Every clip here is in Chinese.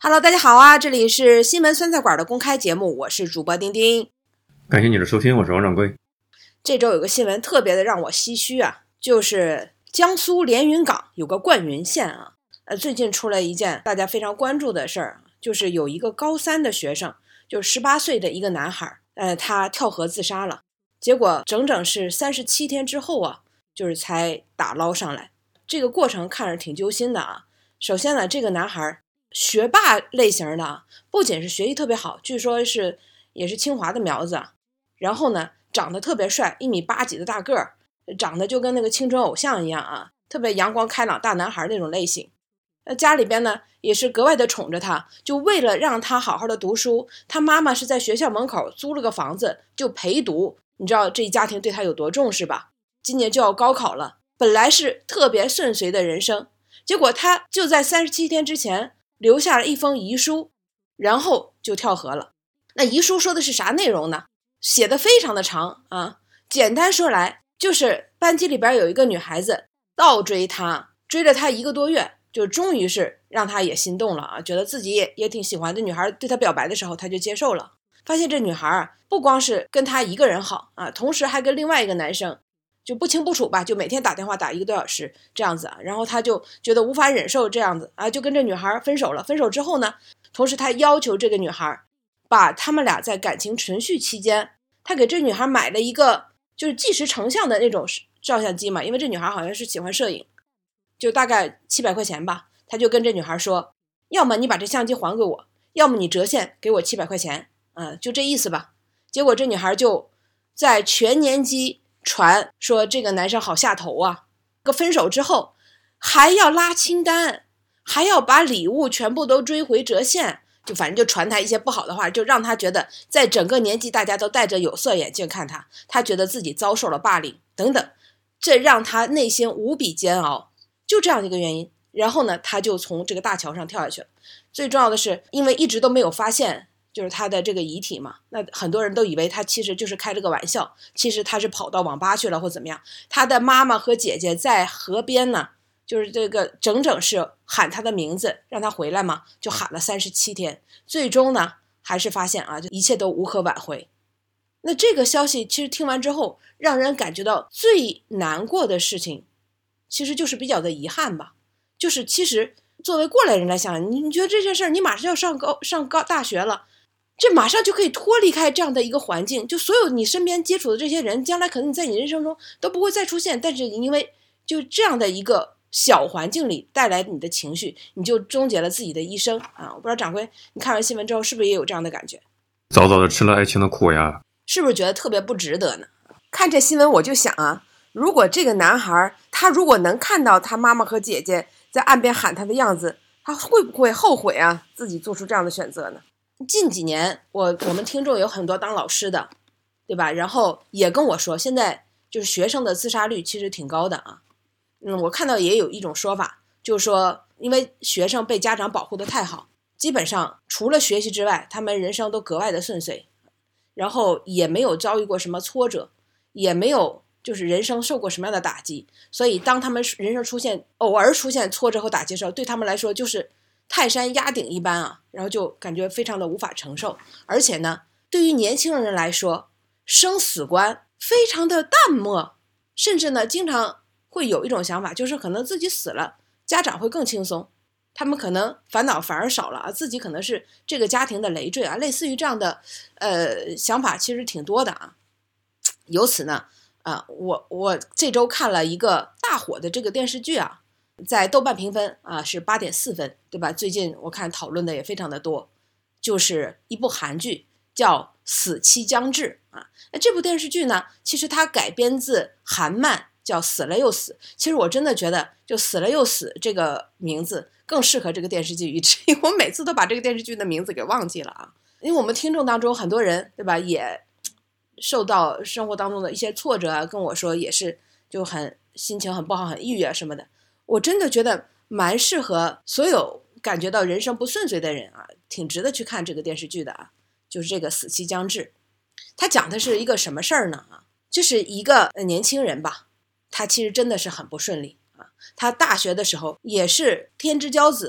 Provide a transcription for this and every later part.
Hello， 大家好啊！这里是新闻酸菜馆的公开节目，我是主播丁丁。 感谢你的收听，我是王掌柜。 这周有个新闻特别的让我唏嘘啊，就是江苏连云港有个灌云县啊，最近出了一件大家非常关注的事儿，就是有一个高3的学生，就是18岁的一个男孩，他跳河自杀了，结果整整是37天之后啊，就是才打捞上来。这个过程看着挺揪心的啊。首先呢，这个男孩学霸类型的啊，不仅是学习特别好，据说也是清华的苗子啊。然后呢，长得特别帅，1.8米几的大个儿，长得就跟那个青春偶像一样啊，特别阳光开朗大男孩那种类型。家里边呢也是格外的宠着他，就为了让他好好的读书，他妈妈是在学校门口租了个房子就陪读。你知道这家庭对他有多重视吧？今年就要高考了，本来是特别顺遂的人生，结果他就在37天之前留下了一封遗书，然后就跳河了。那遗书说的是啥内容呢？写的非常的长啊，简单说来就是班级里边有一个女孩子倒追他，追了他1个多月，就终于是让他也心动了啊，觉得自己也挺喜欢的。女孩对他表白的时候他就接受了，发现这女孩啊不光是跟他一个人好啊，同时还跟另外一个男生就不清不楚吧，就每天打电话打1个多小时这样子啊，然后他就觉得无法忍受这样子啊，就跟这女孩分手了。分手之后呢，同时他要求这个女孩把他们俩在感情存续期间，他给这女孩买了一个就是即时成像的那种照相机嘛，因为这女孩好像是喜欢摄影，就大概700块钱吧。他就跟这女孩说，要么你把这相机还给我，要么你折现给我700块钱，就这意思吧。结果这女孩就在全年级传说这个男生好下头啊，分手之后还要拉清单，还要把礼物全部都追回折现，就反正就传他一些不好的话，就让他觉得在整个年级大家都戴着有色眼镜看他，他觉得自己遭受了霸凌等等，这让他内心无比煎熬，就这样的一个原因。然后呢，他就从这个大桥上跳下去了。最重要的是，因为一直都没有发现就是他的这个遗体嘛，那很多人都以为他其实就是开了个玩笑，其实他是跑到网吧去了或怎么样。他的妈妈和姐姐在河边呢，就是这个整整是喊他的名字让他回来嘛，就喊了37天，最终呢还是发现啊，就一切都无可挽回。那这个消息其实听完之后，让人感觉到最难过的事情其实就是比较的遗憾吧。就是其实作为过来人来想，你觉得这件事儿你马上要上大学了，这马上就可以脱离开这样的一个环境，就所有你身边接触的这些人将来可能你在你人生中都不会再出现，但是因为就这样的一个小环境里带来你的情绪，你就终结了自己的一生啊！我不知道掌柜你看完新闻之后是不是也有这样的感觉？ 早早的吃了爱情的苦呀， 是不是觉得特别不值得呢？看这新闻我就想啊，如果这个男孩他如果能看到他妈妈和姐姐在岸边喊他的样子，他会不会后悔啊自己做出这样的选择呢？近几年我们听众有很多当老师的，对吧？然后也跟我说，现在就是学生的自杀率其实挺高的啊。我看到也有一种说法，就是说因为学生被家长保护得太好，基本上除了学习之外，他们人生都格外的顺遂，然后也没有遭遇过什么挫折，也没有就是人生受过什么样的打击，所以当他们人生偶尔出现挫折和打击的时候，对他们来说就是泰山压顶一般啊，然后就感觉非常的无法承受。而且呢，对于年轻人来说，生死观非常的淡漠，甚至呢经常会有一种想法，就是可能自己死了家长会更轻松，他们可能烦恼反而少了啊，自己可能是这个家庭的累赘啊，类似于这样的想法其实挺多的啊。由此呢我这周看了一个大火的这个电视剧啊，在豆瓣评分啊是8.4分，对吧？最近我看讨论的也非常的多，就是一部韩剧叫《死期将至》啊。那这部电视剧呢，其实它改编自韩漫叫《死了又死》。其实我真的觉得就《死了又死》这个名字更适合这个电视剧，以至于我每次都把这个电视剧的名字给忘记了啊。因为我们听众当中很多人，对吧，也受到生活当中的一些挫折啊，跟我说也是就很心情很不好，很抑郁啊什么的。我真的觉得蛮适合所有感觉到人生不顺遂的人啊，挺值得去看这个电视剧的啊。就是这个死期将至，他讲的是一个什么事儿呢？就是一个年轻人吧，他其实真的是很不顺利啊。他大学的时候也是天之骄子，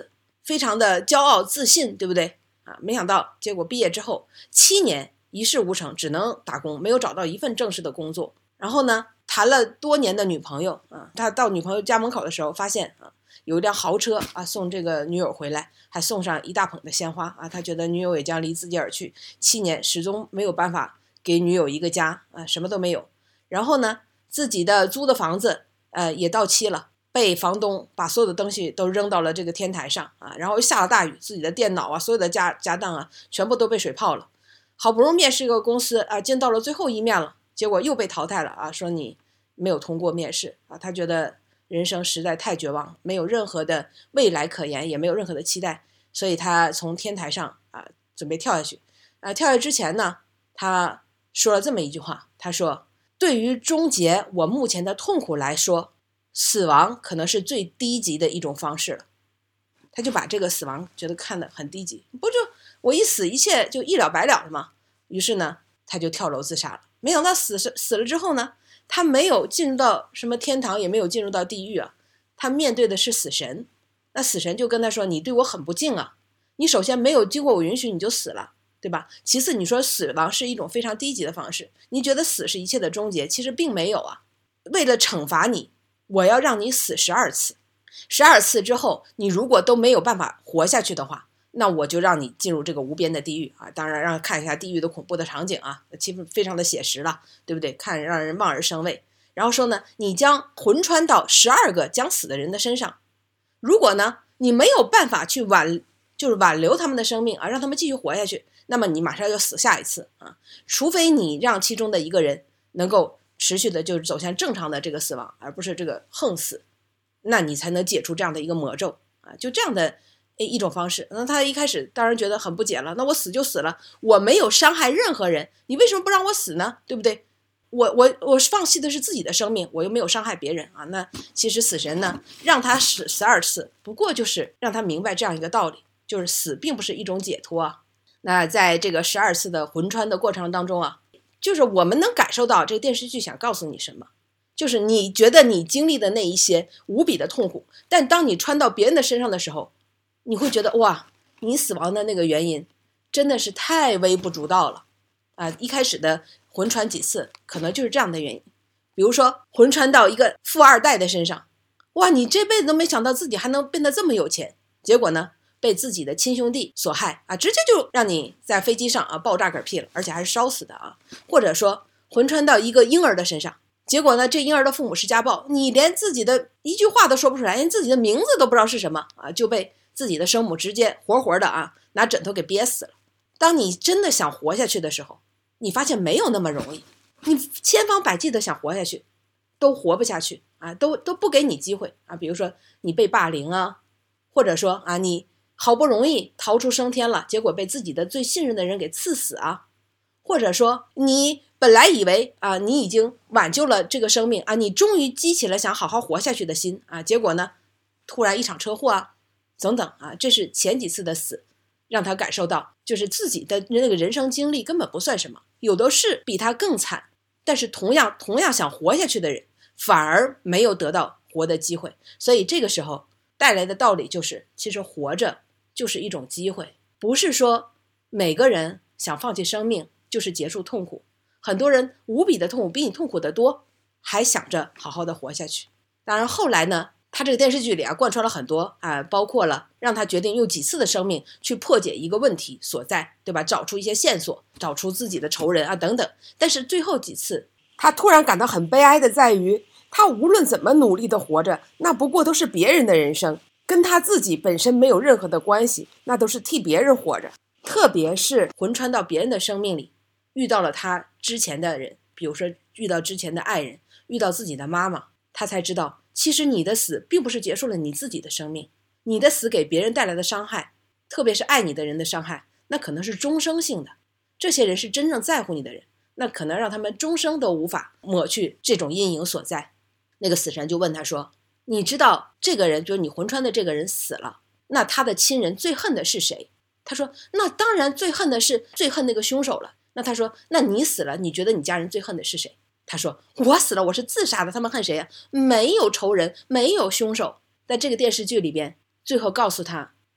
非常的骄傲自信，对不对啊？没想到结果毕业之后7年一事无成，只能打工，没有找到一份正式的工作。然后呢，谈了多年的女朋友啊，他到女朋友家门口的时候，发现啊有一辆豪车啊送这个女友回来，还送上一大捧的鲜花啊。他觉得女友也将离自己而去，7年始终没有办法给女友一个家啊，什么都没有。然后呢，自己的租的房子也到期了，被房东把所有的东西都扔到了这个天台上啊，然后下了大雨，自己的电脑啊，所有的家当啊，全部都被水泡了。好不容易面试一个公司啊，进到了最后一面了，结果又被淘汰了啊，说你没有通过面试啊。他觉得人生实在太绝望了，没有任何的未来可言，也没有任何的期待，所以他从天台上啊准备跳下去啊。跳下之前呢，他说了这么一句话，他说：对于终结我目前的痛苦来说，死亡可能是最低级的一种方式了。他就把这个死亡觉得看得很低级，不就我一死一切就一了百了了吗？于是呢，他就跳楼自杀了。没想到死了之后呢，他没有进入到什么天堂，也没有进入到地狱啊，他面对的是死神。那死神就跟他说：你对我很不敬啊，你首先没有经过我允许你就死了，对吧？其次你说死亡是一种非常低级的方式，你觉得死是一切的终结，其实并没有啊。为了惩罚你，我要让你死12次，12次之后你如果都没有办法活下去的话，那我就让你进入这个无边的地狱啊！当然让看一下地狱的恐怖的场景啊，其实非常的写实了，对不对？看让人望而生畏。然后说呢，你将魂穿到12个将死的人的身上，如果呢你没有办法去挽留他们的生命啊，让他们继续活下去，那么你马上要死下一次啊！除非你让其中的一个人能够持续的就是走向正常的这个死亡，而不是这个横死，那你才能解除这样的一个魔咒啊！就这样的一种方式。那他一开始当然觉得很不解了，那我死就死了，我没有伤害任何人，你为什么不让我死呢？对不对？我放弃的是自己的生命，我又没有伤害别人啊。那其实死神呢，让他死12次，不过就是让他明白这样一个道理，就是死并不是一种解脱啊。那在这个12次的魂穿的过程当中啊，就是我们能感受到这个电视剧想告诉你什么，就是你觉得你经历的那一些无比的痛苦，但当你穿到别人的身上的时候，你会觉得哇，你死亡的那个原因真的是太微不足道了啊！一开始的魂穿几次可能就是这样的原因，比如说魂穿到一个富二代的身上，哇，你这辈子都没想到自己还能变得这么有钱，结果呢被自己的亲兄弟所害啊，直接就让你在飞机上啊爆炸嗝屁了，而且还是烧死的啊！或者说魂穿到一个婴儿的身上，结果呢这婴儿的父母是家暴，你连自己的一句话都说不出来，连自己的名字都不知道是什么啊，就被自己的生母直接活活的啊拿枕头给憋死了。当你真的想活下去的时候，你发现没有那么容易，你千方百计的想活下去都活不下去啊，都不给你机会啊。比如说你被霸凌啊，或者说啊你好不容易逃出升天了，结果被自己的最信任的人给刺死啊，或者说你本来以为啊你已经挽救了这个生命啊，你终于激起了想好好活下去的心啊，结果呢突然一场车祸啊等等啊，这是前几次的死让他感受到，就是自己的那个人生经历根本不算什么，有的是比他更惨，但是同样想活下去的人反而没有得到活的机会。所以这个时候带来的道理就是，其实活着就是一种机会，不是说每个人想放弃生命就是结束痛苦，很多人无比的痛苦，比你痛苦的多，还想着好好的活下去。当然后来呢，他这个电视剧里啊贯穿了很多啊，包括了让他决定用几次的生命去破解一个问题所在，对吧？找出一些线索，找出自己的仇人啊等等。但是最后几次他突然感到很悲哀的在于，他无论怎么努力的活着，那不过都是别人的人生，跟他自己本身没有任何的关系，那都是替别人活着。特别是魂穿到别人的生命里，遇到了他之前的人，比如说遇到之前的爱人，遇到自己的妈妈，他才知道其实你的死并不是结束了你自己的生命，你的死给别人带来的伤害，特别是爱你的人的伤害，那可能是终生性的。这些人是真正在乎你的人，那可能让他们终生都无法抹去这种阴影所在。那个死神就问他说，你知道这个人，就是你魂穿的这个人死了，那他的亲人最恨的是谁？他说那当然最恨那个凶手了。那他说那你死了，你觉得你家人最恨的是谁？他说我死了，我是自杀的，他们恨谁啊？没有仇人，没有凶手。在这个电视剧里边最后告诉他，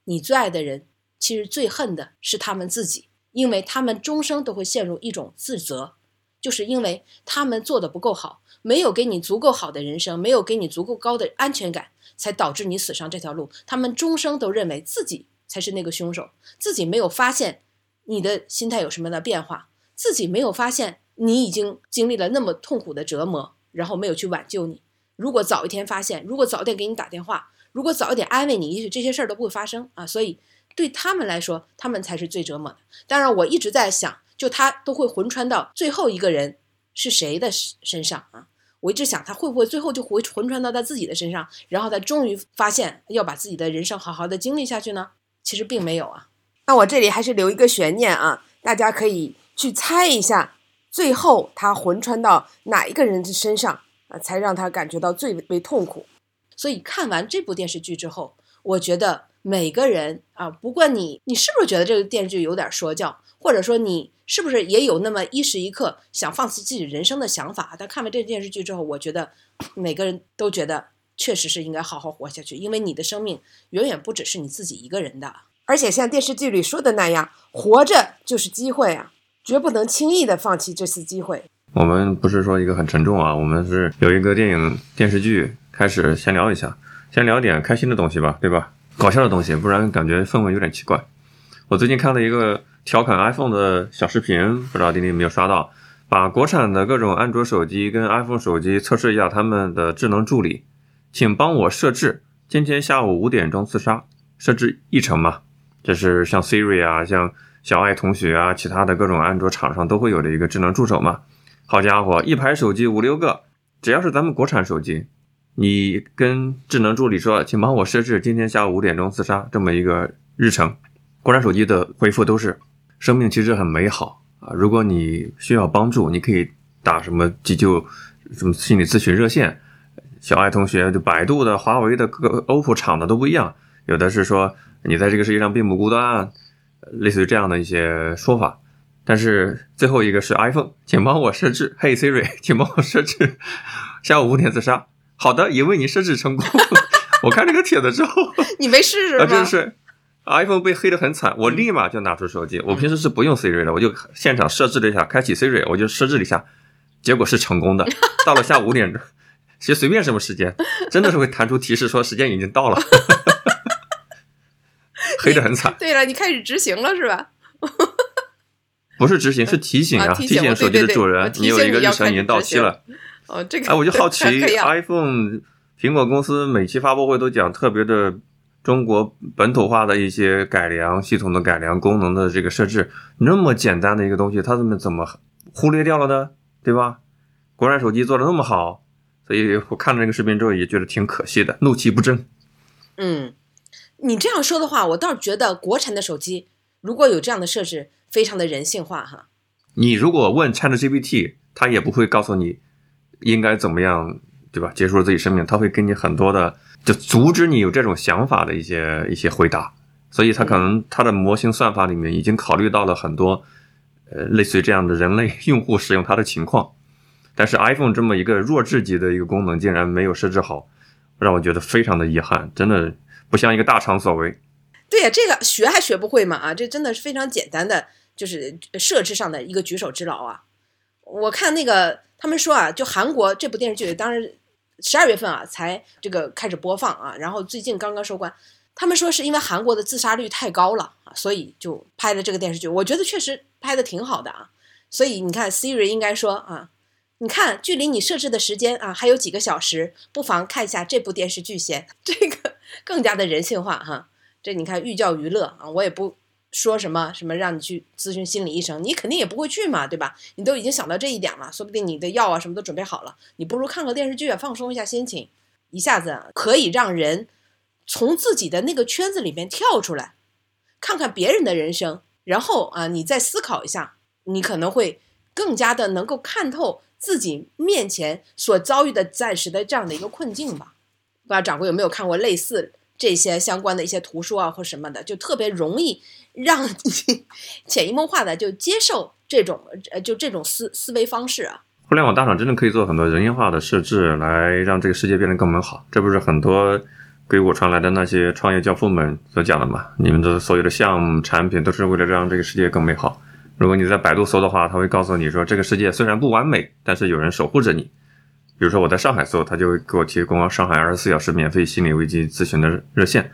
你最爱的人其实最恨的是他们自己，因为他们终生都会陷入一种自责，就是因为他们做得不够好，没有给你足够好的人生，没有给你足够高的安全感，才导致你死上这条路。他们终生都认为自己才是那个凶手，自己没有发现你的心态有什么的变化，自己没有发现你已经经历了那么痛苦的折磨，然后没有去挽救你。如果早一天发现，如果早点给你打电话，如果早一点安慰你，也许这些事儿都不会发生啊。所以对他们来说，他们才是最折磨的。当然我一直在想，就他都会魂穿到最后一个人是谁的身上啊？我一直想他会不会最后就会魂穿到他自己的身上，然后他终于发现要把自己的人生好好的经历下去呢？其实并没有啊。那我这里还是留一个悬念啊，大家可以去猜一下，最后他魂穿到哪一个人的身上啊，才让他感觉到最为痛苦。所以看完这部电视剧之后，我觉得每个人啊，不管你是不是觉得这个电视剧有点说教，或者说你是不是也有那么一时一刻想放弃自己人生的想法，但看完这电视剧之后，我觉得每个人都觉得确实是应该好好活下去，因为你的生命远远不只是你自己一个人的。而且像电视剧里说的那样，活着就是机会啊，绝不能轻易的放弃这次机会。 我们不是说一个很沉重啊，我们是有一个电视剧开始闲聊一下，先聊点开心的东西吧，对吧？搞笑的东西，不然感觉氛围有点奇怪。我最近看了一个调侃 iPhone 的小视频，不知道丁丁有没有刷到，把国产的各种安卓手机跟 iPhone 手机测试一下他们的智能助理，请帮我设置今天下午5点钟自杀，设置议程嘛。这是像 Siri 啊，像小爱同学啊，其他的各种安卓厂商都会有的一个智能助手嘛。好家伙，一排手机5-6个，只要是咱们国产手机，你跟智能助理说，请帮我设置今天下午5点钟自杀这么一个日程，国产手机的回复都是生命其实很美好啊，如果你需要帮助，你可以打什么急救什么心理咨询热线。小爱同学就百度的、华为的、各个 OPPO 厂的都不一样，有的是说你在这个世界上并不孤单，类似于这样的一些说法。但是最后一个是 iPhone， 请帮我设置 Hey Siri， 请帮我设置下午5点自杀。好的，已为你设置成功。我看这个帖子之后， 你没试试吗？ 真是 iPhone 被黑得很惨，我立马就拿出手机。我平时是不用 Siri 的，我就现场设置了一下，开启 Siri， 我就设置了一下，结果是成功的。到了下午5点钟，其实随便什么时间，真的是会弹出提示说时间已经到了。黑得很惨。 对了，你开始执行了是吧？ 不是执行，是提醒啊，提醒手机的主人，你有一个日程已经到期了。 哦，这个， 我就好奇 ，iPhone 苹果公司每期发布会都讲特别的中国本土化的一些改良、系统的改良、功能的这个设置，那么简单的一个东西，他们怎么忽略掉了呢？对吧？国产手机做的那么好，所以我看了这个视频之后也觉得挺可惜的，怒气不争。 你这样说的话，我倒是觉得国产的手机如果有这样的设置，非常的人性化哈。 你如果问 ChatGPT， 它也不会告诉你应该怎么样，对吧？结束了自己生命，它会给你很多的，就阻止你有这种想法的一些回答。所以它可能它的模型算法里面已经考虑到了很多类似于这样的人类用户使用它的情况。但是 iPhone 这么一个弱智级的一个功能竟然没有设置好，让我觉得非常的遗憾，真的不像一个大厂所为。 对呀，这个学还学不会嘛啊，这真的是非常简单的，就是设置上的一个举手之劳啊。我看那个他们说啊，就韩国这部电视剧当时12月份啊才这个开始播放啊，然后最近刚刚收官。他们说是因为韩国的自杀率太高了啊，所以就拍了这个电视剧。我觉得确实拍的挺好的啊。所以你看 Siri 应该说啊，你看距离你设置的时间啊还有几个小时，不妨看一下这部电视剧先，这个更加的人性化哈。这你看寓教于乐啊，我也不说什么让你去咨询心理医生，你肯定也不会去嘛，对吧？你都已经想到这一点了，说不定你的药啊什么都准备好了，你不如看个电视剧啊，放松一下心情，一下子可以让人从自己的那个圈子里面跳出来，看看别人的人生，然后啊，你再思考一下，你可能会更加的能够看透自己面前所遭遇的暂时的这样的一个困境吧。不知道掌柜有没有看过类似这些相关的一些图书啊或什么的，就特别容易让你潜移默化的就接受这种思维方式啊。 互联网大厂真的可以做很多人性化的设置，来让这个世界变得更美好。这不是很多硅谷传来的那些创业教父们所讲的嘛，你们的所有的项目产品都是为了让这个世界更美好。如果你在百度搜的话，他会告诉你说，这个世界虽然不完美，但是有人守护着你。比如说我在上海搜，他就会给我提供上海24小时免费心理危机咨询的热线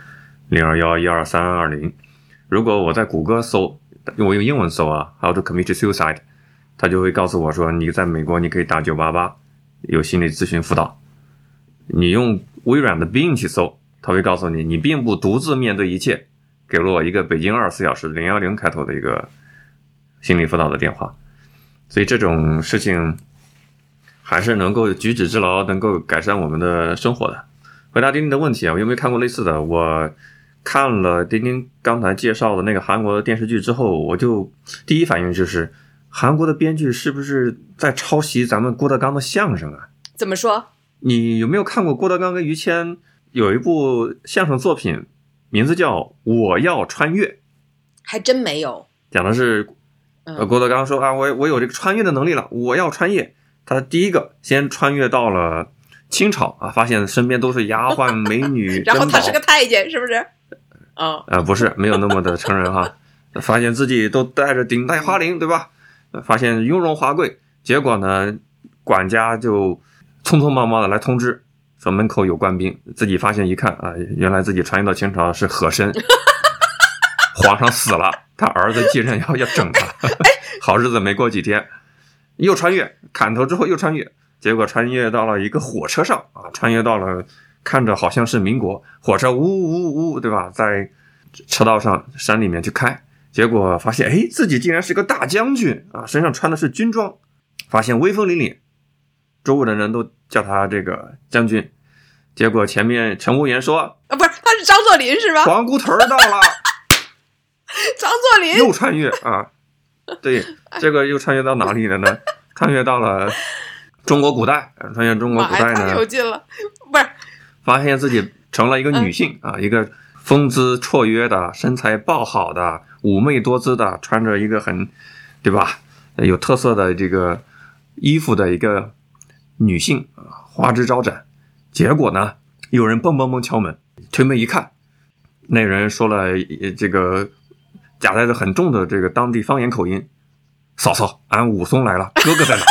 021-123-220。如果我在谷歌搜，我用英文搜啊 How to commit suicide， 他就会告诉我说，你在美国你可以打988，有心理咨询辅导。你用微软的 Bing 去搜，他会告诉你，你并不独自面对一切，给了我一个北京24小时010开头的一个心理辅导的电话。所以这种事情还是能够举止之劳，能够改善我们的生活的。回答丁丁的问题啊，我有没有看过类似的？我看了丁丁刚才介绍的那个韩国的电视剧之后，我就第一反应就是韩国的编剧是不是在抄袭咱们郭德纲的相声啊？ 怎么说？ 你有没有看过郭德纲跟于谦有一部相声作品，名字叫《我要穿越》？ 还真没有。 讲的是郭德纲说啊，我有这个穿越的能力了，我要穿越。他第一个先穿越到了清朝啊，发现身边都是丫鬟美女然后他是个太监，是不是？ 不是，没有那么的成人哈。发现自己都带着顶戴花翎，对吧？发现雍容华贵，结果呢，管家就匆匆忙忙的来通知说门口有官兵，自己发现一看啊，原来自己穿越到清朝是和珅，皇上死了，他儿子继任要整他，好日子没过几天，又穿越砍头之后又穿越，结果穿越到了一个火车上啊，穿越到了看着好像是民国，火车呜呜呜，对吧？在车道上山里面去开，结果发现自己竟然是个大将军啊，身上穿的是军装，发现威风凛凛，周围的人都叫他这个将军。结果前面乘务员说不是，他是张作霖是吧？ 黄姑屯到了张作霖又穿越啊，对，这个又穿越到哪里了呢？穿越到了中国古代，穿越中国古代呢， 太有劲了，不是， 发现自己成了一个女性啊，一个风姿绰约的，身材爆好的，妩媚多姿的，穿着一个很，对吧？有特色的这个衣服的一个女性啊，花枝招展。结果呢，有人蹦蹦蹦敲门，推门一看，那人说了这个夹带着很重的这个当地方言口音：“嫂嫂，俺武松来了，哥哥在哪？”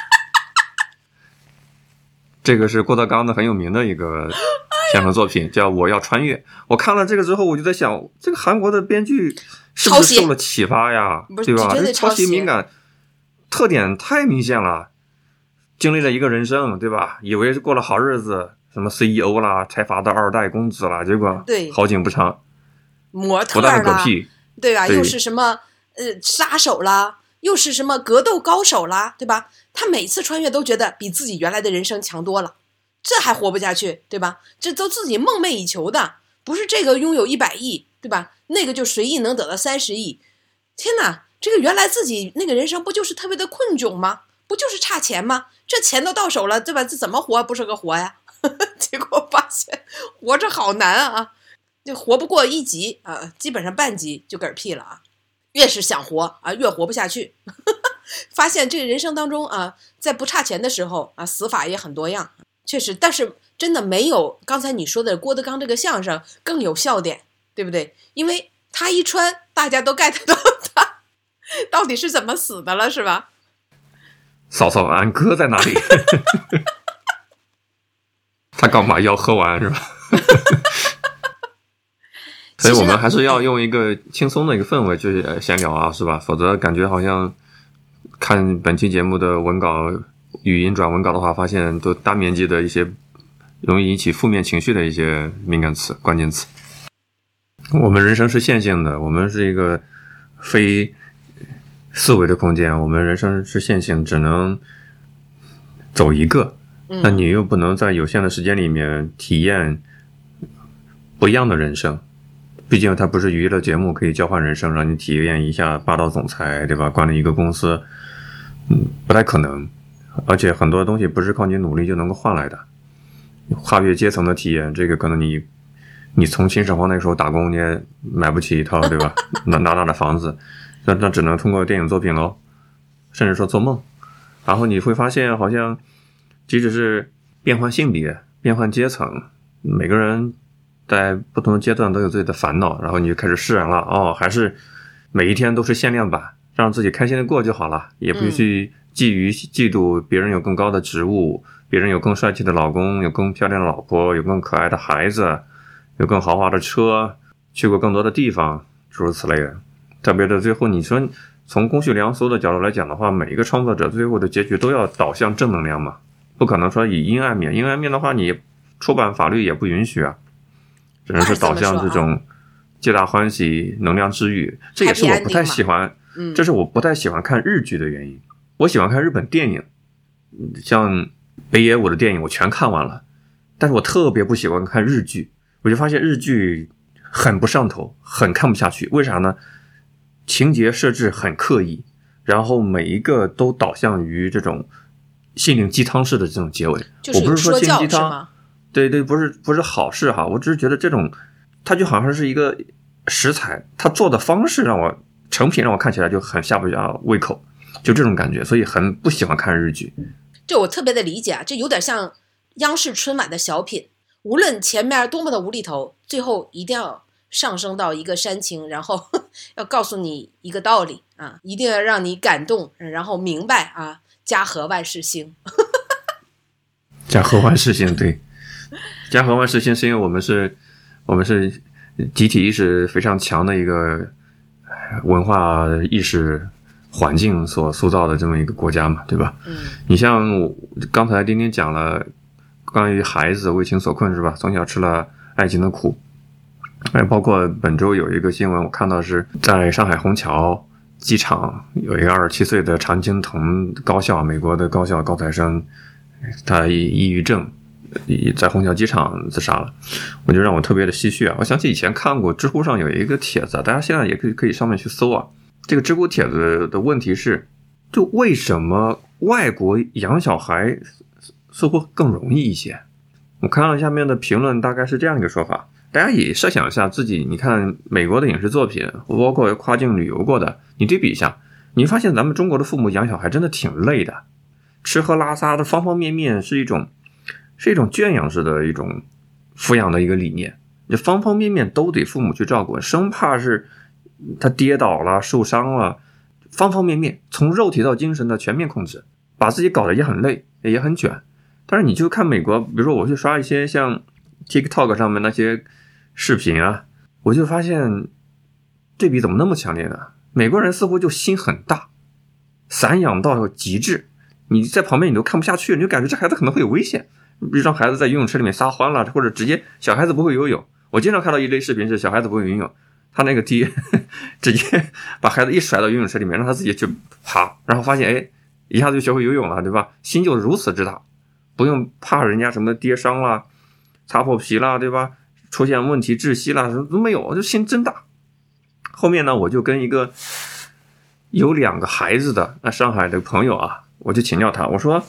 这个是郭德纲的很有名的一个相声作品，叫《我要穿越》。我看了这个之后，我就在想，这个韩国的编剧是不是受了启发呀？对吧？这抄袭敏感特点太明显了。经历了一个人生，对吧？以为是过了好日子，什么 CEO 啦，财阀的二代公子啦，结果好景不长， 模特啦，狗屁， 对吧？又是什么杀手啦，又是什么格斗高手啦，对吧？他每次穿越都觉得比自己原来的人生强多了，这还活不下去，对吧？这都自己梦寐以求的，不是这个拥有100亿，对吧？那个就随意能得到30亿。天哪，这个原来自己那个人生不就是特别的困窘吗？不就是差钱吗？这钱都到手了，对吧？这怎么活不是个活呀？结果发现活着好难啊，就活不过1集啊，基本上半集就嗝屁了啊。越是想活啊，越活不下去。发现这个人生当中啊，在不差钱的时候啊，死法也很多样，确实，但是真的没有刚才你说的郭德纲这个相声更有笑点，对不对？因为他一穿，大家都 get 到他到底是怎么死的了，是吧？ 嫂嫂，俺哥在哪里？他干嘛要喝完是吧？所以我们还是要用一个轻松的一个氛围去闲聊啊，是吧？否则感觉好像看本期节目的文稿语音转文稿的话，发现都大面积的一些容易引起负面情绪的一些敏感词、关键词。我们人生是线性的，我们是一个非四维的空间，我们人生是线性，只能走一个。那你又不能在有限的时间里面体验不一样的人生，毕竟它不是娱乐节目可以交换人生，让你体验一下霸道总裁，对吧？管理一个公司，不太可能。而且很多东西不是靠你努力就能够换来的。跨越阶层的体验，这个可能你从秦始皇那个时候打工，你也买不起一套，对吧？哪的房子，那只能通过电影作品咯，甚至说做梦。然后你会发现，好像即使是变换性别、变换阶层，每个人在不同的阶段都有自己的烦恼，然后你就开始释然了，哦，还是每一天都是限量版，让自己开心的过就好了，也不去嫉妒别人有更高的职务，别人有更帅气的老公，有更漂亮的老婆，有更可爱的孩子，有更豪华的车，去过更多的地方，诸如此类的。特别的最后你说从公序良俗的角度来讲的话，每一个创作者最后的结局都要导向正能量嘛，不可能说以阴暗面，阴暗面的话你出版法律也不允许啊，只能是导向这种皆大欢喜能量治愈。这也是我不太喜欢，这是我不太喜欢看日剧的原因。我喜欢看日本电影，像北野武的电影我全看完了，但是我特别不喜欢看日剧，我就发现日剧很不上头，很看不下去。为啥呢？情节设置很刻意，然后每一个都导向于这种心灵鸡汤式的这种结尾。 就是有说教是吗？ 对对，不是好事哈，我只是觉得这种它就好像是一个食材，它做的方式让我成品让我看起来就很下不下胃口，就这种感觉，所以很不喜欢看日剧。 这我特别的理解啊，这有点像央视春晚的小品，无论前面多么的无厘头，最后一定要上升到一个煽情，然后要告诉你一个道理啊，一定要让你感动，然后明白啊，家和万事兴。 家和万事兴，对，家和万事兴是因为我们是集体意识非常强的一个文化意识环境所塑造的这么一个国家嘛，对吧？你像刚才丁丁讲了关于孩子为情所困是吧？从小吃了爱情的苦。包括本周有一个新闻我看到是在上海虹桥机场有一个27岁的常青藤高校，美国的高校高材生，他抑郁症在虹桥机场自杀了，我就让我特别的唏嘘啊！我想起以前看过知乎上有一个帖子，大家现在也可以上面去搜啊。这个知乎帖子的问题是，就为什么外国养小孩似乎更容易一些？我看到下面的评论大概是这样一个说法，大家也设想一下自己，你看美国的影视作品，包括跨境旅游过的，你对比一下，你发现咱们中国的父母养小孩真的挺累的，吃喝拉撒的方方面面是一种圈养式的一种抚养的一个理念，就方方面面都得父母去照顾，生怕是他跌倒了受伤了，方方面面从肉体到精神的全面控制，把自己搞得也很累也很卷。但是你就看美国，比如说我去刷一些像 TikTok 上面那些视频啊，我就发现对比怎么那么强烈呢？美国人似乎就心很大，散养到极致，你在旁边你都看不下去，你就感觉这孩子可能会有危险，让孩子在游泳池里面撒欢了，或者直接小孩子不会游泳。我经常看到一类视频是小孩子不会游泳，他那个爹直接把孩子一甩到游泳池里面，让他自己去爬，然后发现一下子就学会游泳了，对吧？心就如此之大，不用怕人家什么跌伤啦、擦破皮啦，对吧？出现问题窒息啦，什么都没有，就心真大。后面呢，我就跟一个有2个孩子的上海的朋友啊，我就请教他，我说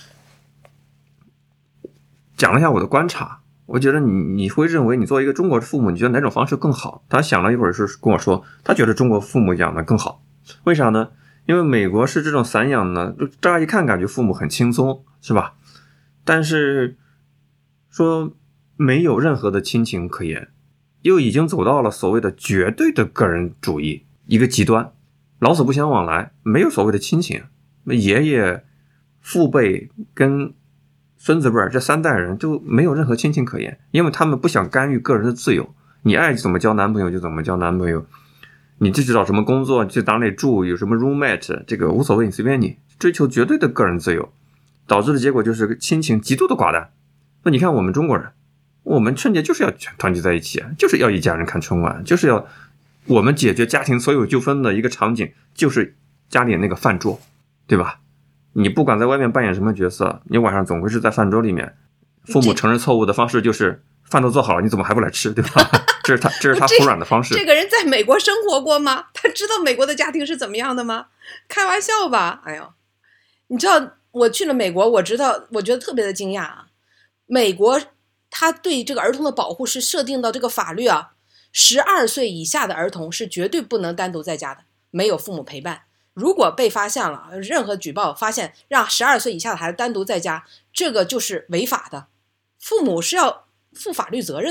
讲了一下我的观察，我觉得你会认为你作为一个中国父母，你觉得哪种方式更好？他想了一会儿是跟我说，他觉得中国父母养的更好。为啥呢？因为美国是这种散养呢，乍一看感觉父母很轻松，是吧？但是说没有任何的亲情可言，又已经走到了所谓的绝对的个人主义一个极端，老死不相往来，没有所谓的亲情。爷爷、父辈跟孙子辈这3代人就没有任何亲情可言，因为他们不想干预个人的自由，你爱怎么交男朋友就怎么交男朋友，你就知道什么工作去哪里住，有什么 roommate， 这个无所谓，你随便你，追求绝对的个人自由，导致的结果就是亲情极度的寡淡。那你看我们中国人，我们春节就是要团聚在一起，就是要一家人看春晚，就是要我们解决家庭所有纠纷的一个场景，就是家里那个饭桌，对吧？你不管在外面扮演什么角色，你晚上总会是在饭桌里面。父母承认错误的方式就是饭都做好了，你怎么还不来吃，对吧？这是他服软的方式。 这个人在美国生活过吗？他知道美国的家庭是怎么样的吗？开玩笑吧！哎呦，你知道我去了美国，我觉得特别的惊讶啊！美国他对这个儿童的保护是设定到这个法律啊，12岁以下的儿童是绝对不能单独在家的，没有父母陪伴。如果被发现了，任何举报发现让12岁以下的孩子单独在家，这个就是违法的，父母是要负法律责任的。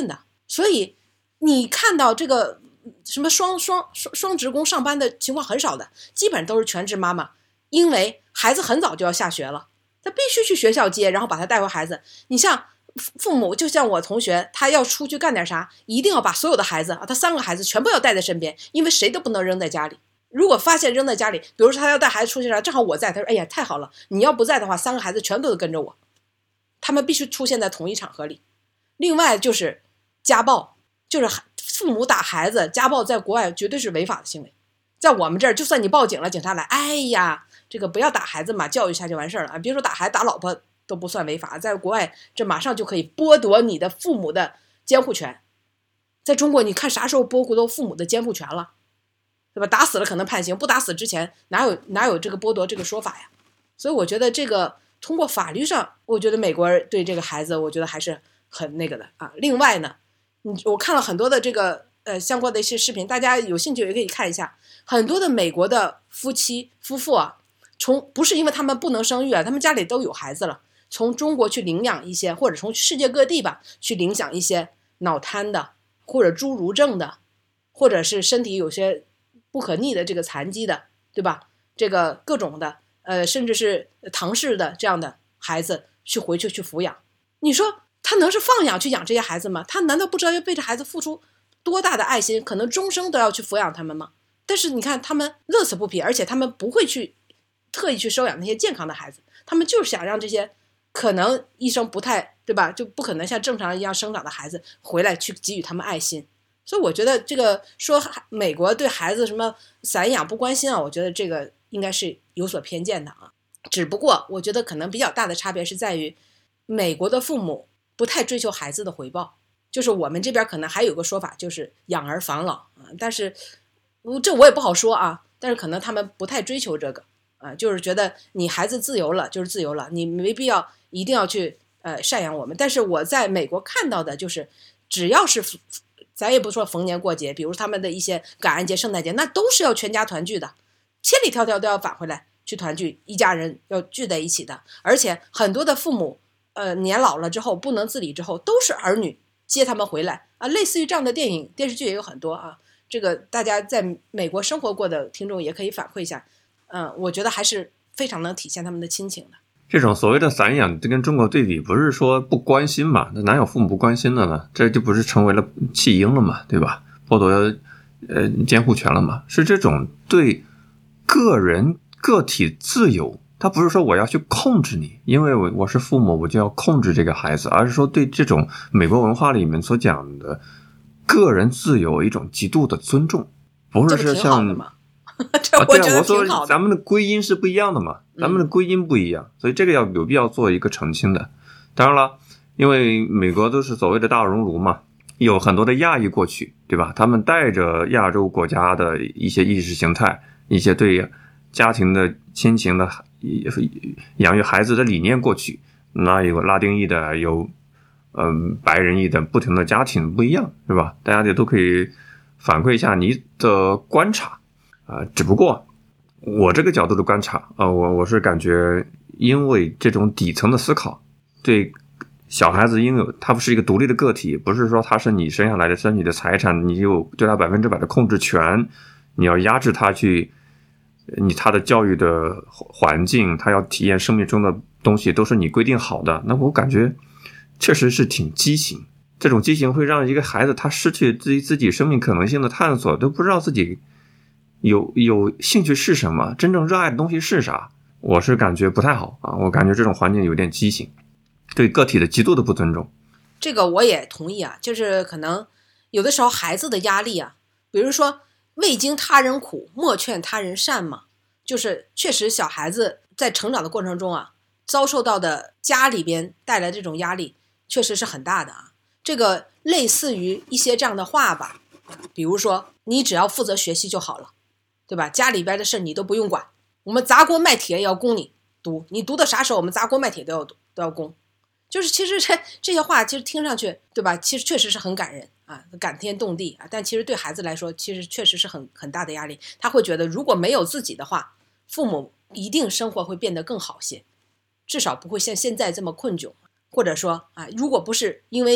所以你看到这个什么双职工上班的情况很少的，基本都是全职妈妈，因为孩子很早就要下学了，他必须去学校接，然后把他带回孩子。你像父母，就像我同学，他要出去干点啥，一定要把所有的孩子他3个孩子全部要带在身边，因为谁都不能扔在家里。如果发现扔在家里，比如说他要带孩子出去了，正好我在，他说哎呀太好了，你要不在的话3个孩子全都跟着我，他们必须出现在同一场合里。另外就是家暴，就是父母打孩子，家暴在国外绝对是违法的行为。在我们这儿，就算你报警了，警察来，哎呀，这个不要打孩子嘛，教育一下就完事儿了啊！别说打孩子，打老婆都不算违法，在国外这马上就可以剥夺你的父母的监护权。在中国，你看啥时候剥夺父母的监护权了，对吧？打死了可能判刑，不打死之前哪有这个剥夺这个说法呀？所以我觉得这个通过法律上，我觉得美国对这个孩子，我觉得还是很那个的啊。另外呢，我看了很多的这个相关的一些视频，大家有兴趣也可以看一下。很多的美国的夫妇啊，不是因为他们不能生育啊，他们家里都有孩子了，从中国去领养一些，或者从世界各地吧去领养一些脑瘫的，或者侏儒症的，或者是身体有些不可逆的这个残疾的，对吧？这个各种的甚至是唐氏的这样的孩子回去抚养。你说他能是放养去养这些孩子吗？他难道不知道要为这孩子付出多大的爱心，可能终生都要去抚养他们吗？但是你看他们乐此不疲，而且他们不会去特意去收养那些健康的孩子，他们就是想让这些可能医生不太，对吧，就不可能像正常一样生长的孩子回来去给予他们爱心。所以我觉得这个说美国对孩子什么散养不关心啊，我觉得这个应该是有所偏见的啊。只不过我觉得可能比较大的差别是在于美国的父母不太追求孩子的回报，就是我们这边可能还有个说法就是养儿防老啊，但是这我也不好说啊，但是可能他们不太追求这个啊，就是觉得你孩子自由了就是自由了，你没必要一定要去赡养我们。但是我在美国看到的就是只要是咱也不说逢年过节，比如他们的一些感恩节圣诞节，那都是要全家团聚的，千里迢迢都要返回来去团聚，一家人要聚在一起的。而且很多的父母年老了之后不能自理之后，都是儿女接他们回来啊，类似于这样的电影电视剧也有很多啊。这个大家在美国生活过的听众也可以反馈一下，我觉得还是非常能体现他们的亲情的。 这种所谓的散养，这跟中国对比，不是说不关心嘛？那哪有父母不关心的呢？这就不是成为了弃婴了嘛，对吧？剥夺监护权了嘛？是这种对个体自由，他不是说我要去控制你，因为我是父母，我就要控制这个孩子，而是说对这种美国文化里面所讲的个人自由一种极度的尊重，不是说像这我觉得挺好的。 我说咱们的归因是不一样的嘛，咱们的归因不一样，所以这个有必要做一个澄清的。当然了，因为美国都是所谓的大熔炉嘛，有很多的亚裔过去，对吧？他们带着亚洲国家的一些意识形态，一些对家庭的亲情的养育孩子的理念过去，那有拉丁裔的，有白人裔的，不同的家庭不一样，是吧？大家也都可以反馈一下你的观察只不过我这个角度的观察我是感觉，因为这种底层的思考，对小孩子因为他不是一个独立的个体，不是说他是你生下来的是你的财产，你有对他100%的控制权，你要压制他去他的教育的环境，他要体验生命中的东西都是你规定好的，那我感觉确实是挺畸形。这种畸形会让一个孩子他失去自己生命可能性的探索，都不知道自己有兴趣是什么，真正热爱的东西是啥。我是感觉不太好啊，我感觉这种环境有点畸形，对个体的极度的不尊重。 这个我也同意啊，就是可能有的时候孩子的压力啊，比如说未经他人苦，莫劝他人善嘛，就是确实小孩子在成长的过程中啊，遭受到的家里边带来这种压力确实是很大的啊。这个类似于一些这样的话吧，比如说你只要负责学习就好了，对吧？家里边的事你都不用管，我们砸锅卖铁也要供你读，你读到啥时候我们砸锅卖铁都要供。就是其实这些话其实听上去，对吧？其实确实是很感人啊，感天动地啊，但其实对孩子来说其实确实是很大的压力。他会觉得如果没有自己的话，父母一定生活会变得更好些，至少不会像现在这么困窘。或者说啊，如果不是因为你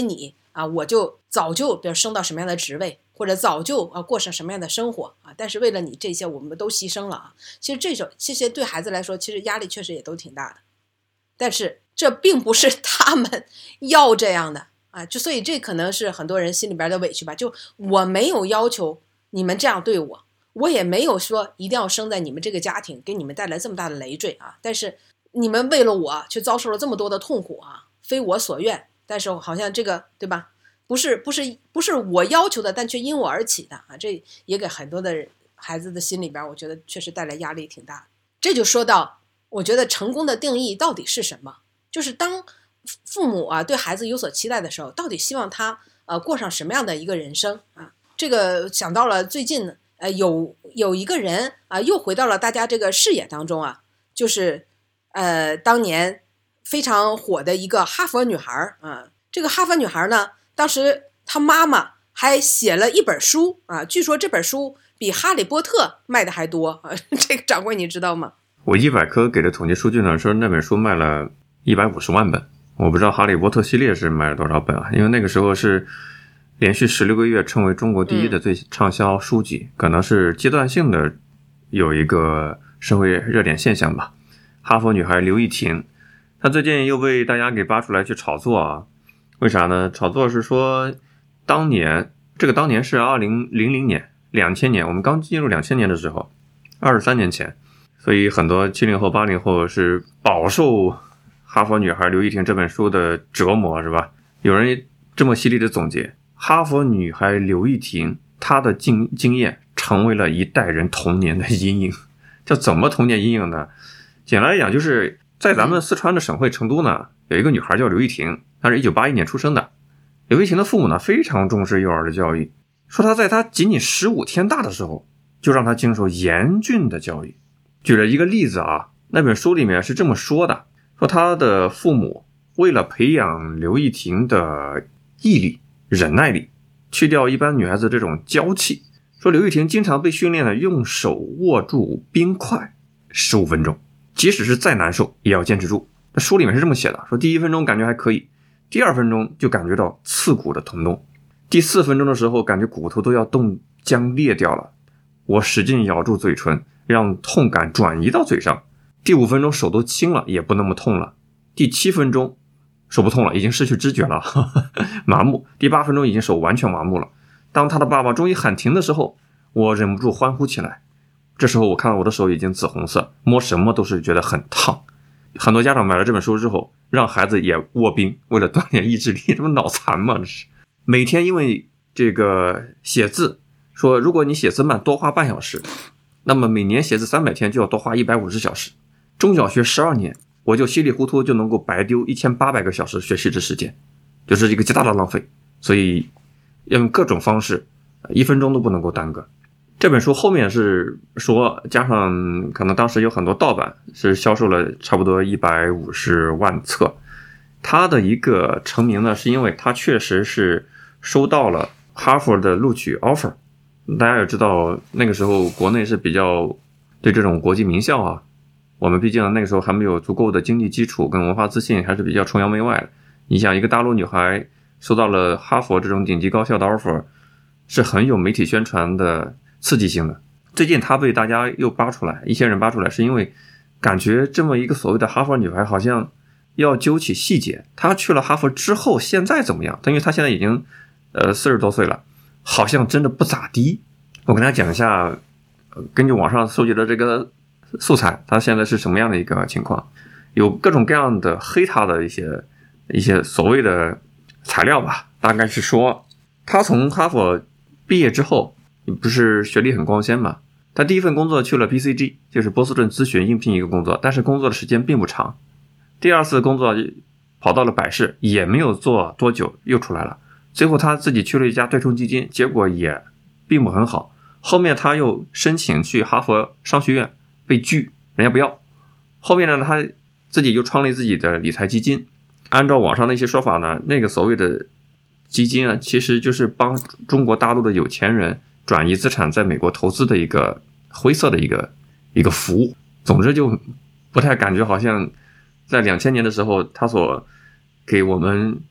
啊，我就早就比如升到什么样的职位，或者早就过上什么样的生活啊，但是为了你这些我们都牺牲了啊。其实这些对孩子来说，其实压力确实也都挺大的，但是这并不是他们要这样的啊，所以这可能是很多人心里边的委屈吧。就我没有要求你们这样对我，我也没有说一定要生在你们这个家庭，给你们带来这么大的累赘啊。但是你们为了我去遭受了这么多的痛苦啊，非我所愿。但是好像这个对吧？不是我要求的，但却因我而起的啊，这也给很多的孩子的心里边，我觉得确实带来压力挺大的。这就说到，我觉得成功的定义到底是什么？就是当父母啊对孩子有所期待的时候，到底希望他过上什么样的一个人生啊？这个想到了最近有一个人啊又回到了大家这个视野当中啊，就是当年非常火的一个哈佛女孩啊。这个哈佛女孩呢，当时她妈妈还写了一本书啊，据说这本书比哈利波特卖的还多啊。这个掌柜你知道吗？ 我一百科给的统计数据呢，说那本书卖了150万本，我不知道哈利波特系列是卖了多少本啊，因为那个时候是连续16个月成为中国第一的最畅销书籍，可能是阶段性的有一个社会热点现象吧。哈佛女孩刘亦婷，她最近又被大家给扒出来去炒作啊。为啥呢？炒作是说当年是2000年2000年，我们刚进入2000年的时候，23年前，所以很多70后80后是饱受哈佛女孩刘亦婷这本书的折磨，是吧？有人这么犀利的总结，哈佛女孩刘亦婷她的经验成为了一代人童年的阴影。叫怎么童年阴影呢？简单来讲，就是在咱们四川的省会成都呢，有一个女孩叫刘亦婷，她是1981年出生的。刘亦婷的父母呢非常重视幼儿的教育，说她在她仅仅15天大的时候就让她经受严峻的教育。举了一个例子啊，那本书里面是这么说的，说她的父母为了培养刘亦婷的毅力、忍耐力，去掉一般女孩子这种娇气，说刘亦婷经常被训练的用手握住冰块15分钟，即使是再难受也要坚持住。那书里面是这么写的，说第1分钟感觉还可以，第2分钟就感觉到刺骨的疼痛，第4分钟的时候感觉骨头都要僵裂掉了，我使劲咬住嘴唇，让痛感转移到嘴上，第5分钟手都轻了，也不那么痛了，第7分钟手不痛了，已经失去知觉了麻木，第8分钟已经手完全麻木了。当他的爸爸终于喊停的时候，我忍不住欢呼起来，这时候我看到我的手已经紫红色，摸什么都是觉得很烫。很多家长买了这本书之后让孩子也握冰，为了锻炼意志力，这不脑残吗？这是每天因为这个写字，说如果你写字慢多花半小时，那么每年写字300天就要多花150小时。中小学12年我就稀里糊涂就能够白丢1800个小时学习的时间，就是一个极大的浪费。所以要用各种方式1分钟都不能够耽搁。这本书后面是说，加上可能当时有很多盗版，是销售了差不多150万册。他的一个成名呢，是因为他确实是收到了哈佛的录取 offer。大家也知道，那个时候国内是比较对这种国际名校啊，我们毕竟那个时候还没有足够的经济基础跟文化自信，还是比较崇洋媚外的。你想，一个大陆女孩收到了哈佛这种顶级高校的 offer， 是很有媒体宣传的刺激性的。最近他被大家又扒出来，一些人扒出来，是因为感觉这么一个所谓的哈佛女孩好像要揪起细节，她去了哈佛之后现在怎么样？因为她现在已经40多岁了，好像真的不咋地。我跟大家讲一下，根据网上搜集的这个素材，她现在是什么样的一个情况，有各种各样的黑她的一些所谓的材料吧。大概是说她从哈佛毕业之后，不是学历很光鲜嘛，他第一份工作去了 BCG， 就是波士顿咨询应聘一个工作，但是工作的时间并不长。第2次工作跑到了百事，也没有做多久又出来了。最后他自己去了一家对冲基金，结果也并不很好。后面他又申请去哈佛商学院，被拒，人家不要。后面呢，他自己又创立自己的理财基金。按照网上的一些说法呢，那个所谓的基金啊，其实就是帮中国大陆的有钱人转移资产在美国投资的一个灰色的一个服务。总之就不太感觉好像在2000年的时候他所给我们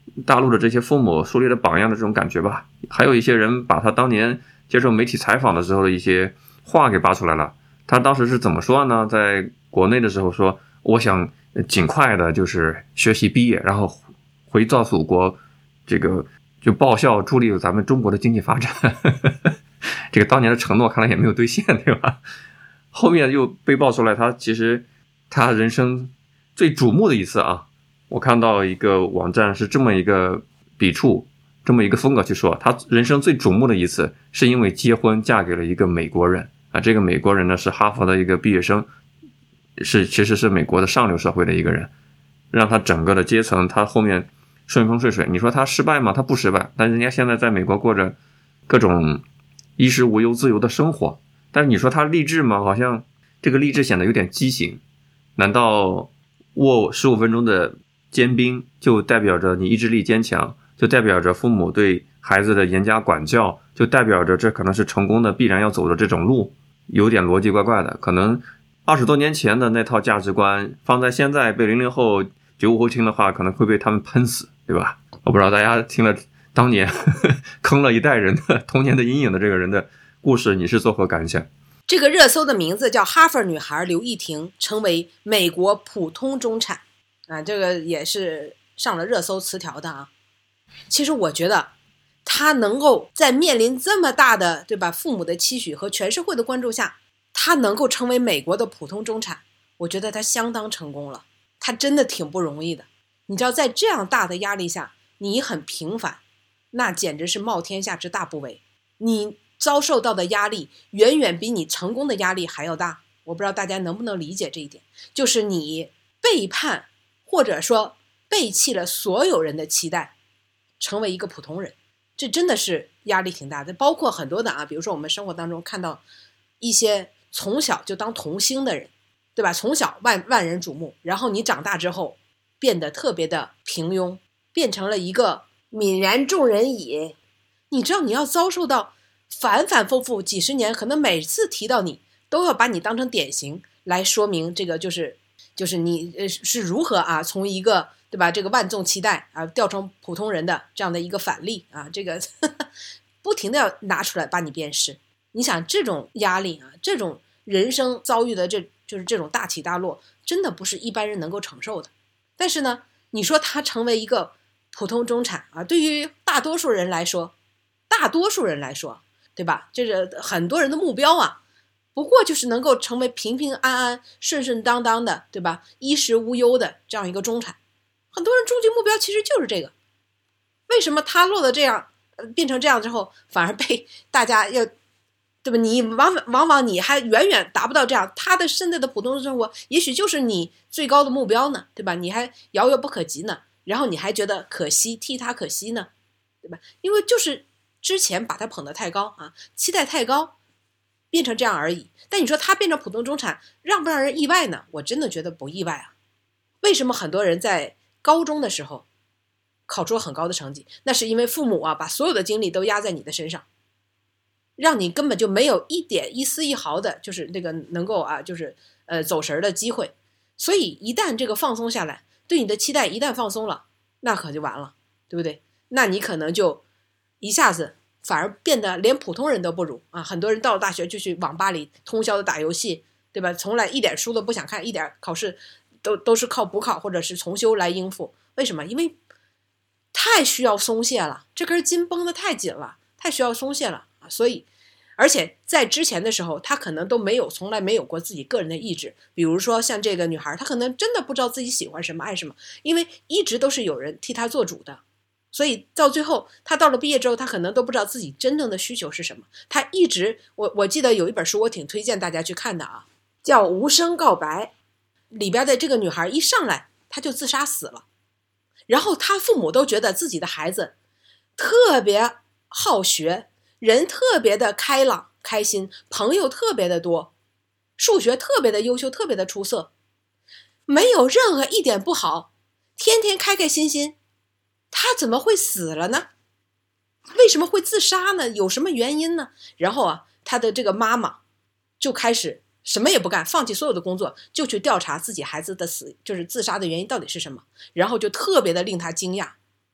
大陆的这些父母树立了榜样的这种感觉吧。还有一些人把他当年接受媒体采访的时候的一些话给扒出来了。他当时是怎么说呢？在国内的时候说，我想尽快的就是学习毕业，然后回到祖国，这个就报效助力咱们中国的经济发展。这个当年的承诺看来也没有兑现，对吧？后面又被爆出来，他其实他人生最瞩目的一次啊，我看到一个网站是这么一个笔触，这么一个风格去说，他人生最瞩目的一次是因为结婚嫁给了一个美国人啊，这个美国人呢是哈佛的一个毕业生，其实是美国的上流社会的一个人，让他整个的阶层他后面顺风顺水。你说他失败吗？他不失败，但人家现在在美国过着各种衣食无忧自由的生活。但是你说他励志吗？好像这个励志显得有点畸形。难道握15分钟的坚冰就代表着你意志力坚强，就代表着父母对孩子的严加管教，就代表着这可能是成功的必然要走的这种路？有点逻辑怪怪的。可能20多年前的那套价值观放在现在被00后95后听的话，可能会被他们喷死，对吧？我不知道大家听了当年坑了一代人的童年的阴影的这个人的故事，你是作何感想？ 这个热搜的名字叫哈佛女孩刘亦婷成为美国普通中产啊，这个也是上了热搜词条的啊。其实我觉得她能够在面临这么大的，对吧，父母的期许和全社会的关注下，她能够成为美国的普通中产，我觉得她相当成功了。她真的挺不容易的。你知道在这样大的压力下，你很平凡，那简直是冒天下之大不韪。你遭受到的压力远远比你成功的压力还要大。我不知道大家能不能理解这一点，就是你背叛或者说背弃了所有人的期待，成为一个普通人，这真的是压力挺大的。包括很多的啊，比如说我们生活当中看到一些从小就当童星的人，对吧？从小万人瞩目，然后你长大之后变得特别的平庸，变成了一个泯然众人矣。你知道你要遭受到反反复复几十年，可能每次提到你都要把你当成典型来说明这个就是你是如何啊从一个，对吧，这个万众期待啊掉成普通人的这样的一个反例啊，这个不停的要拿出来把你辨识。你想这种压力啊，这种人生遭遇的就是这种大起大落，真的不是一般人能够承受的。但是呢，你说他成为一个普通中产啊，对于大多数人来说，对吧？这是很多人的目标啊，不过就是能够成为平平安安、顺顺当当的，对吧？衣食无忧的这样一个中产。很多人终极目标其实就是这个。为什么他落得这样，变成这样之后，反而被大家要，对吧？你往往你还远远达不到这样，他的现在的普通生活，也许就是你最高的目标呢，对吧？你还遥遥不可及呢，然后你还觉得可惜，替他可惜呢，对吧？因为就是之前把他捧得太高啊，期待太高，变成这样而已。但你说他变成普通中产，让不让人意外呢？我真的觉得不意外啊。为什么很多人在高中的时候考出很高的成绩？那是因为父母啊把所有的精力都压在你的身上，让你根本就没有一丝一毫的，就是那个能够啊，就是走神的机会。所以一旦这个放松下来，对你的期待一旦放松了，那可就完了，对不对？那你可能就一下子反而变得连普通人都不如啊！很多人到了大学就去网吧里通宵的打游戏，对吧？从来一点书都不想看，一点考试都是靠补考或者是重修来应付。为什么？因为太需要松懈了，这根筋绷得太紧了，太需要松懈了啊！所以，而且在之前的时候，他可能都从来没有过自己个人的意志。比如说像这个女孩，她可能真的不知道自己喜欢什么爱什么，因为一直都是有人替她做主的。所以到最后他到了毕业之后，他可能都不知道自己真正的需求是什么。他一直我记得有一本书我挺推荐大家去看的啊，叫《无声告白》，里边的这个女孩一上来她就自杀死了。然后他父母都觉得自己的孩子特别好学，人特别的开朗开心，朋友特别的多，数学特别的优秀，特别的出色，没有任何一点不好，天天开开心心。他怎么会死了呢？为什么会自杀呢？有什么原因呢？然后啊，他的这个妈妈就开始什么也不干，放弃所有的工作，就去调查自己孩子的死，就是自杀的原因到底是什么。然后就特别的令他惊讶，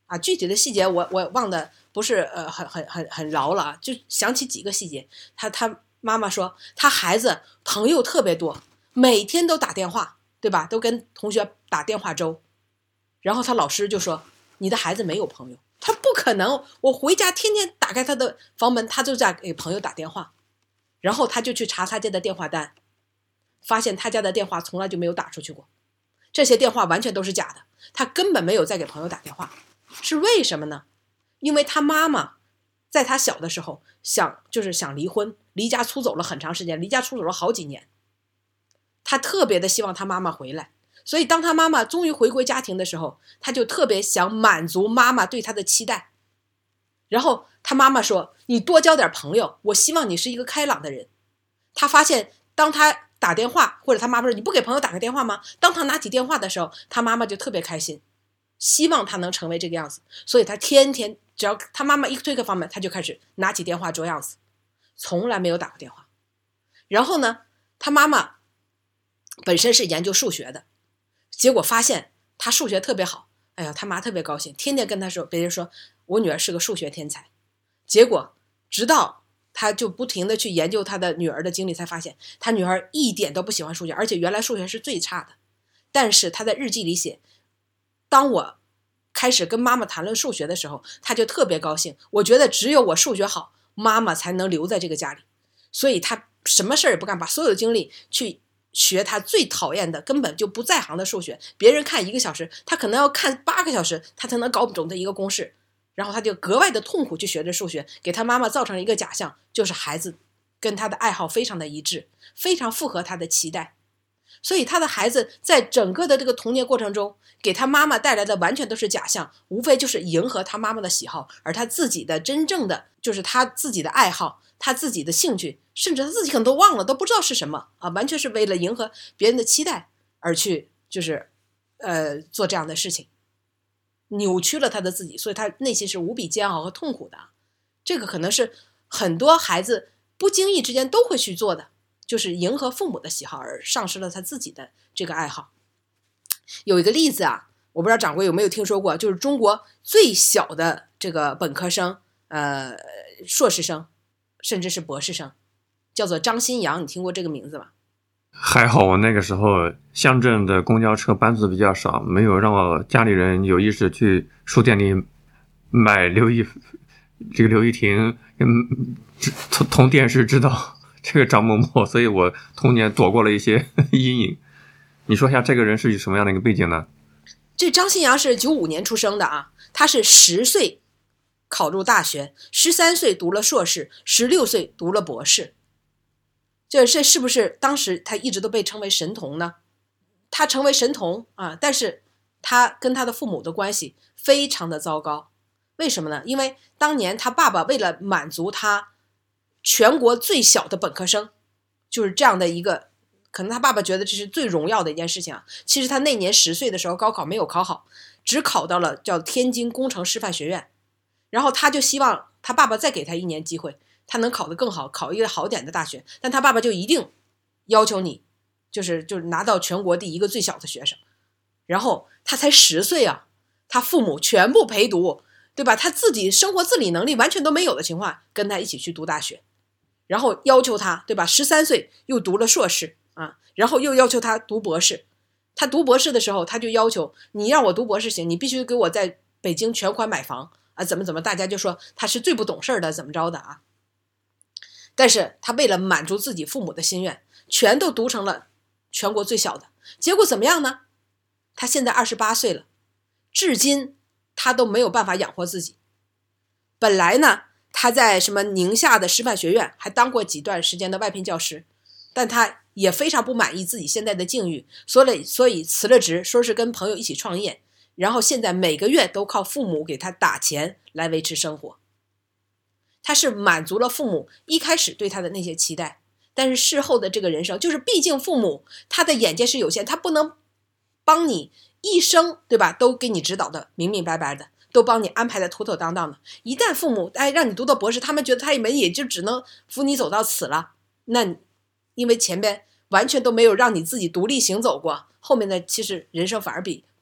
啊，具体的细节我忘的不是很牢了啊，就想起几个细节。他妈妈说，他孩子朋友特别多，每天都打电话，对吧？都跟同学打电话粥。然后他老师就说，你的孩子没有朋友，他不可能。我回家天天打开他的房门，他就在给朋友打电话。然后他就去查他家的电话单，发现他家的电话从来就没有打出去过，这些电话完全都是假的，他根本没有在给朋友打电话。是为什么呢？因为他妈妈在他小的时候想离婚，离家出走了很长时间，离家出走了好几年。他特别的希望他妈妈回来，所以当他妈妈终于回归家庭的时候，他就特别想满足妈妈对他的期待。然后他妈妈说，你多交点朋友，我希望你是一个开朗的人。他发现当他打电话，或者他妈妈说，你不给朋友打个电话吗？当他拿起电话的时候，他妈妈就特别开心，希望他能成为这个样子。所以他天天只要他妈妈一推开房门，他就开始拿起电话做样子，从来没有打过电话。然后呢，他妈妈本身是研究数学的，结果发现他数学特别好，哎呀，他妈特别高兴，天天跟他说，别人说我女儿是个数学天才。结果直到他就不停的去研究他的女儿的经历，才发现他女儿一点都不喜欢数学，而且原来数学是最差的。但是他在日记里写，当我开始跟妈妈谈论数学的时候，他就特别高兴，我觉得只有我数学好，妈妈才能留在这个家里。所以他什么事也不干，把所有的精力去学他最讨厌的根本就不在行的数学。别人看1个小时，他可能要看8个小时，他才能搞懂这一个公式。然后他就格外的痛苦去学这数学，给他妈妈造成了一个假象，就是孩子跟他的爱好非常的一致，非常符合他的期待。所以他的孩子在整个的这个童年过程中，给他妈妈带来的完全都是假象，无非就是迎合他妈妈的喜好，而他自己的真正的就是他自己的爱好，他自己的兴趣，甚至他自己可能都忘了，都不知道是什么啊，完全是为了迎合别人的期待而去做这样的事情，扭曲了他的自己，所以他内心是无比煎熬和痛苦的。这个可能是很多孩子不经意之间都会去做的，就是迎合父母的喜好而丧失了他自己的这个爱好。有一个例子啊，我不知道掌柜有没有听说过，就是中国最小的这个本科生、硕士生，甚至是博士生，叫做张新阳，你听过这个名字吗？ 还好我那个时候乡镇的公交车班次比较少，没有让我家里人有意识去书店里买刘亦婷同电视知道这个张嬷嬷，所以我童年躲过了一些阴影。你说一下这个人是什么样的一个背景呢？ 这张新阳是95年出生的啊，他是10岁考入大学，13岁读了硕士，16岁读了博士。这是不是当时他一直都被称为神童呢？他成为神童啊，但是他跟他的父母的关系非常的糟糕。为什么呢？因为当年他爸爸为了满足他全国最小的本科生，就是这样的一个，可能他爸爸觉得这是最荣耀的一件事情啊。其实他那年10岁的时候高考没有考好，只考到了叫天津工程师范学院，然后他就希望他爸爸再给他1年机会，他能考得更好，考一个好点的大学。但他爸爸就一定要求你就是拿到全国第1个最小的学生。然后他才10岁啊，他父母全部陪读，对吧？他自己生活自理能力完全都没有的情况，跟他一起去读大学，然后要求他，对吧？13岁又读了硕士啊，然后又要求他读博士。他读博士的时候，他就要求你让我读博士行，你必须给我在北京全款买房啊，怎么，大家就说他是最不懂事的，怎么着的啊？但是他为了满足自己父母的心愿，全都读成了全国最小的。结果怎么样呢？他现在28岁了，至今他都没有办法养活自己。本来呢，他在什么宁夏的师范学院还当过几段时间的外聘教师，但他也非常不满意自己现在的境遇，所以辞了职，说是跟朋友一起创业，然后现在每个月都靠父母给他打钱来维持生活。他是满足了父母一开始对他的那些期待，但是事后的这个人生，就是毕竟父母他的眼界是有限，他不能帮你一生，对吧，都给你指导的明明白白的，都帮你安排的妥妥当当的。一旦父母让你读到博士，他们觉得他们也就只能扶你走到此了，那因为前边完全都没有让你自己独立行走过，后面的其实人生反而比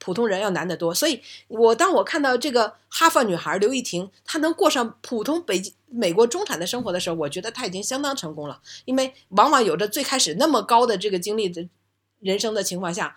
普通人要难得多。所以当我看到这个哈佛女孩刘亦婷，她能过上普通美国中产的生活的时候，我觉得她已经相当成功了。因为往往有着最开始那么高的这个经历的人生的情况下，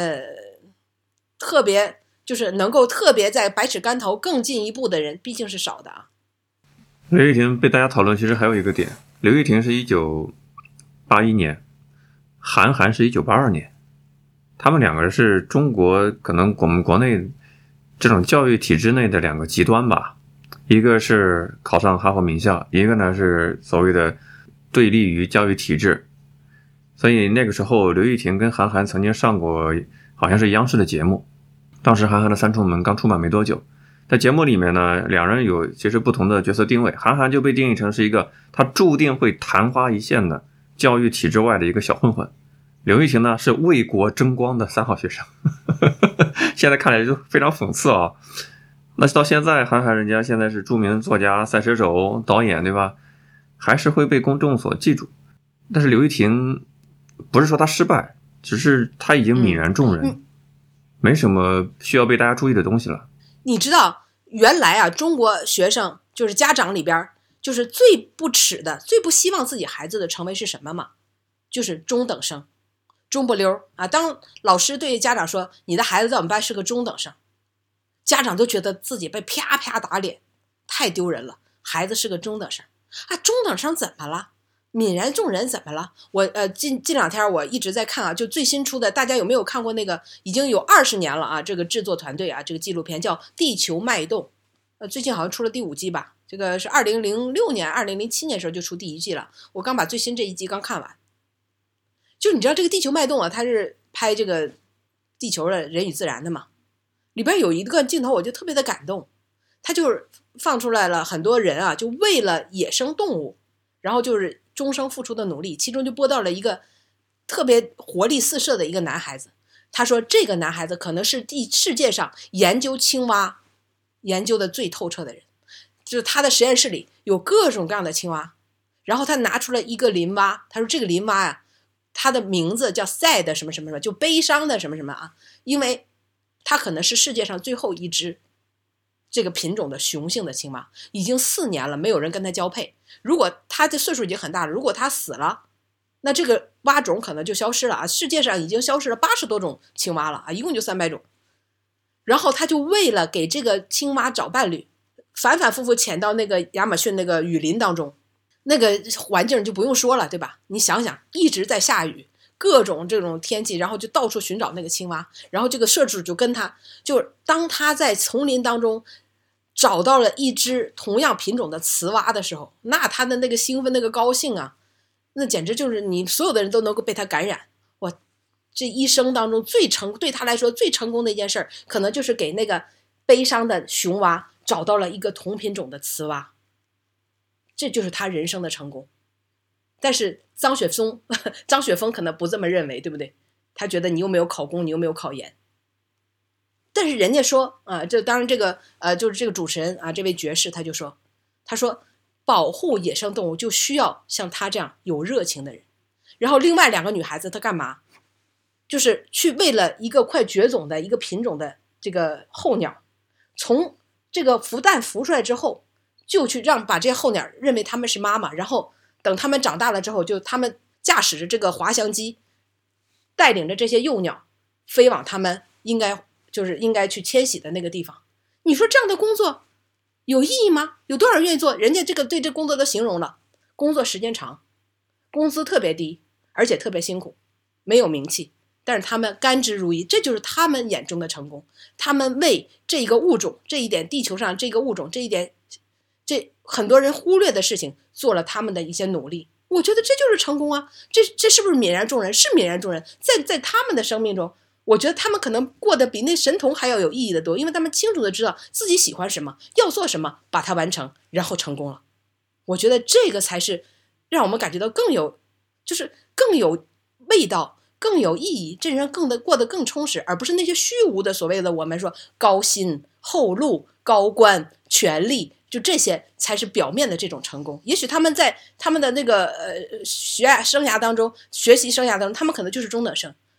特别就是能够特别在百尺竿头更进一步的人毕竟是少的啊。 刘亦婷被大家讨论，其实还有一个点，刘亦婷是1981年，韩寒是1982年，他们两个是中国可能我们国内这种教育体制内的两个极端吧，一个是考上哈佛名校，一个呢是所谓的对立于教育体制。所以那个时候刘亦婷跟韩寒曾经上过好像是央视的节目，当时韩寒的《三重门》刚出版没多久，在节目里面呢，两人有其实不同的角色定位，韩寒就被定义成是一个他注定会昙花一现的教育体制外的一个小混混，刘亦婷呢是为国争光的3好学生现在看来就非常讽刺啊。那到现在韩寒人家现在是著名作家、赛车手、导演，对吧？还是会被公众所记住。但是刘亦婷不是说他失败，只是他已经泯然众人，没什么需要被大家注意的东西了。 你知道原来啊，中国学生就是家长里边就是最不耻的、最不希望自己孩子的成为是什么吗？就是中等生、中不溜啊。当老师对家长说你的孩子在我们班是个中等生，家长都觉得自己被啪啪打脸，太丢人了。孩子是个中等生啊，中等生怎么了？泯然众人怎么了？我近两天我一直在看啊，就最新出的，大家有没有看过那个已经有20年了啊？这个制作团队啊，这个纪录片叫《地球脉动》，最近好像出了第5季吧。这个是2006年、2007年的时候就出第1季了。我刚把最新这一季刚看完。就你知道这个《地球脉动》啊，它是拍这个地球的人与自然的嘛？里边有一个镜头我就特别的感动，它就是放出来了很多人啊，就为了野生动物，然后就是终生付出的努力，其中就播到了一个特别活力四射的一个男孩子。他说这个男孩子可能是世界上研究青蛙研究的最透彻的人，就是他的实验室里有各种各样的青蛙，然后他拿出了一个林蛙，他说这个林蛙啊，它的名字叫 sad 什么什么什么，就悲伤的什么什么啊，因为它可能是世界上最后一只这个品种的雄性的青蛙，已经4年了，没有人跟它交配。如果它的岁数已经很大了，如果它死了，那这个蛙种可能就消失了啊！世界上已经消失了80多种青蛙了啊，一共就300种。然后他就为了给这个青蛙找伴侣，反反复复潜到那个亚马逊那个雨林当中，那个环境就不用说了，对吧？你想想，一直在下雨，各种这种天气，然后就到处寻找那个青蛙，然后这个摄制组就跟他，就当他在丛林当中找到了一只同样品种的雌蛙的时候，那他的那个兴奋、那个高兴啊，那简直就是你所有的人都能够被他感染。哇，这一生当中对他来说最成功的一件事，可能就是给那个悲伤的雄蛙找到了一个同品种的雌蛙，这就是他人生的成功。但是张雪峰可能不这么认为，对不对？他觉得你又没有考公，你又没有考研。但是人家说这当然这个就是这个主持人啊，这位爵士他说保护野生动物就需要像他这样有热情的人。然后另外2个女孩子她干嘛？就是去为了一个快绝种的一个品种的这个候鸟，从这个孵蛋孵出来之后，就去把这些候鸟认为他们是妈妈，然后等他们长大了之后，就他们驾驶着这个滑翔机，带领着这些幼鸟飞往他们应该去迁徙的那个地方。你说这样的工作有意义吗？有多少人愿意做？人家这个对这工作都形容了，工作时间长，工资特别低，而且特别辛苦，没有名气，但是他们甘之如饴，这就是他们眼中的成功。他们为这个物种，这一点地球上这个物种，这很多人忽略的事情做了他们的一些努力。我觉得这就是成功啊！这是不是泯然众人？是泯然众人。在他们的生命中，我觉得他们可能过得比那神童还要有意义的多，因为他们清楚的知道自己喜欢什么，要做什么，把它完成，然后成功了。我觉得这个才是让我们感觉到更有味道，更有意义，这人过得更充实，而不是那些虚无的所谓的我们说高薪、厚禄、高官、权力，就这些才是表面的这种成功。也许他们在他们的那个学习生涯当中，他们可能就是中等生，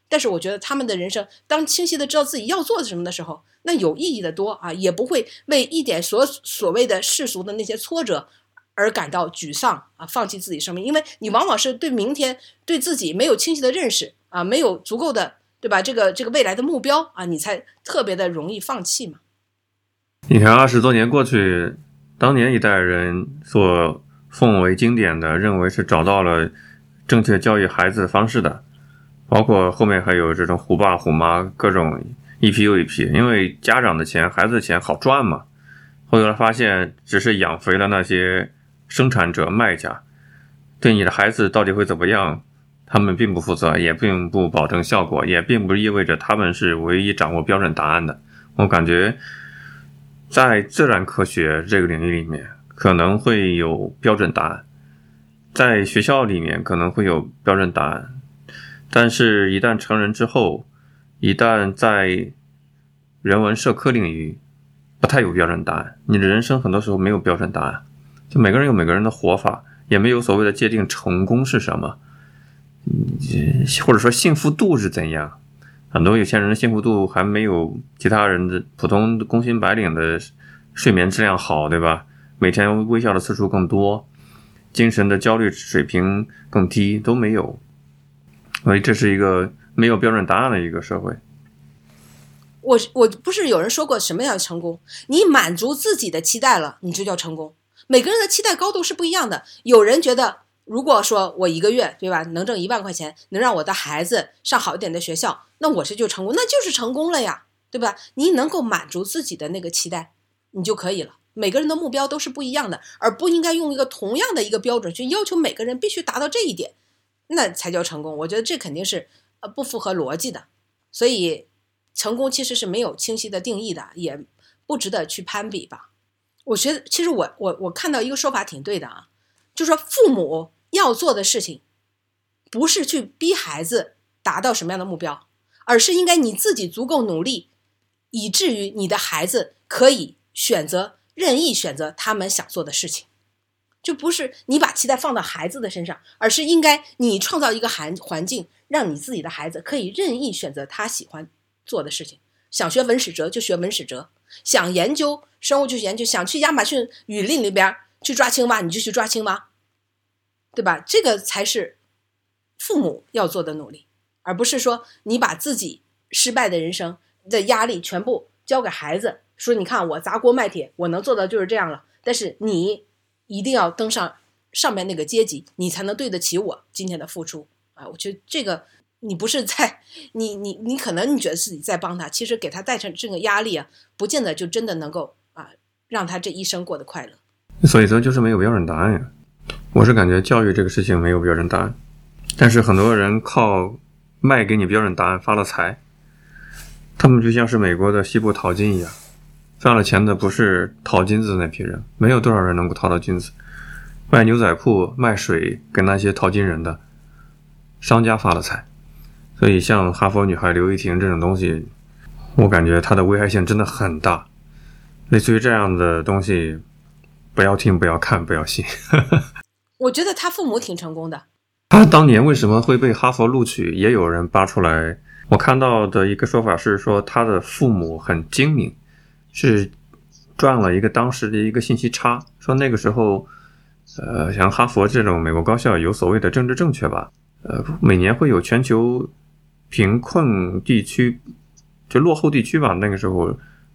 但是我觉得他们的人生当清晰的知道自己要做什么的时候，那有意义的多啊，也不会为一点所谓的世俗的那些挫折而感到沮丧啊，放弃自己生命。因为你往往是对明天对自己没有清晰的认识啊，没有足够的对吧这个未来的目标啊，你才特别的容易放弃嘛。 你看20多年过去，当年一代人所奉为经典的，认为是找到了正确教育孩子的方式的，包括后面还有这种虎爸虎妈各种一批又一批，因为家长的钱孩子的钱好赚嘛，后来发现只是养肥了那些生产者卖家，对你的孩子到底会怎么样他们并不负责，也并不保证效果，也并不意味着他们是唯一掌握标准答案的。我感觉在自然科学这个领域里面可能会有标准答案，在学校里面可能会有标准答案，但是一旦成人之后，一旦在人文社科领域不太有标准答案，你的人生很多时候没有标准答案，就每个人有每个人的活法，也没有所谓的界定成功是什么，或者说幸福度是怎样。很多有钱人的幸福度还没有其他人的普通的工薪白领的睡眠质量好，对吧？每天微笑的次数更多，精神的焦虑水平更低，都没有。所以这是一个没有标准答案的一个社会。 我不是有人说过什么叫成功？你满足自己的期待了，你就叫成功。每个人的期待高度是不一样的。有人觉得，如果说我一个月，对吧，能挣1万块钱，能让我的孩子上好一点的学校，那我这就成功，那就是成功了呀，对吧？你能够满足自己的那个期待，你就可以了。每个人的目标都是不一样的，而不应该用一个同样的一个标准去要求每个人必须达到这一点，那才叫成功。我觉得这肯定是不符合逻辑的。所以成功其实是没有清晰的定义的，也不值得去攀比吧。我觉得其实我看到一个说法挺对的啊，就是说父母要做的事情不是去逼孩子达到什么样的目标，而是应该你自己足够努力，以至于你的孩子可以任意选择他们想做的事情。就不是你把期待放到孩子的身上，而是应该你创造一个环境，让你自己的孩子可以任意选择他喜欢做的事情。想学文史哲就学文史哲，想研究生物就研究，想去亚马逊雨林里边去抓青蛙你就去抓青蛙，对吧？这个才是父母要做的努力，而不是说你把自己失败的人生的压力全部交给孩子，说你看我砸锅卖铁，我能做到就是这样了，但是你一定要登上面那个阶级，你才能对得起我今天的付出啊！我觉得这个你不是在你可能你觉得自己在帮他，其实给他带成这个压力啊，不见得就真的能够让他这一生过得快乐。 所以说就是没有标准答案呀。我是感觉教育这个事情没有标准答案，但是很多人靠卖给你标准答案发了财，他们就像是美国的西部淘金一样，赚了钱的不是淘金子那批人，没有多少人能够淘到金子。卖牛仔裤卖水给那些淘金人的商家发了财。所以像哈佛女孩刘亦婷这种东西，我感觉它的危害性真的很大。类似于这样的东西不要听不要看不要信。 我觉得他父母挺成功的。 他当年为什么会被哈佛录取，也有人扒出来。我看到的一个说法是说他的父母很精明，是赚了一个当时的一个信息差，说那个时候像哈佛这种美国高校有所谓的政治正确吧，每年会有全球贫困地区就落后地区吧，那个时候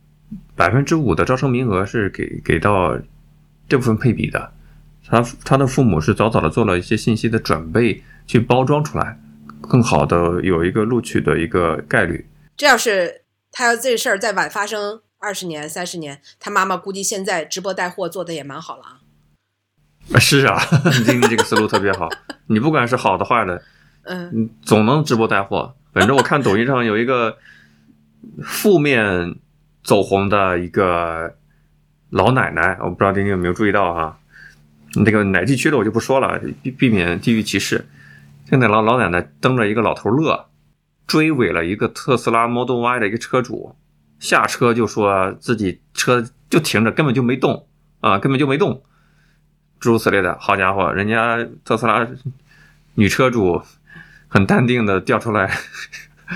5%的招生名额是给到这部分配比的。他的父母是早早的做了一些信息的准备，去包装出来，更好的有一个录取的一个概率。 这要是他要这事儿再晚发生20年30年，他妈妈估计现在直播带货做的也蛮好了啊。 是啊，你这个思路特别好。你不管是好的坏的，总能直播带货。反正我看抖音上有一个负面走红的一个老奶奶，我不知道你有没有注意到哈。那个哪地区的我就不说了，避免地域歧视。现在老奶奶蹬着一个老头乐，追尾了一个特斯拉 Model Y 的一个车主，下车就说自己车就停着，根本就没动啊，根本就没动，诸如此类的。好家伙，人家特斯拉女车主很淡定的调出来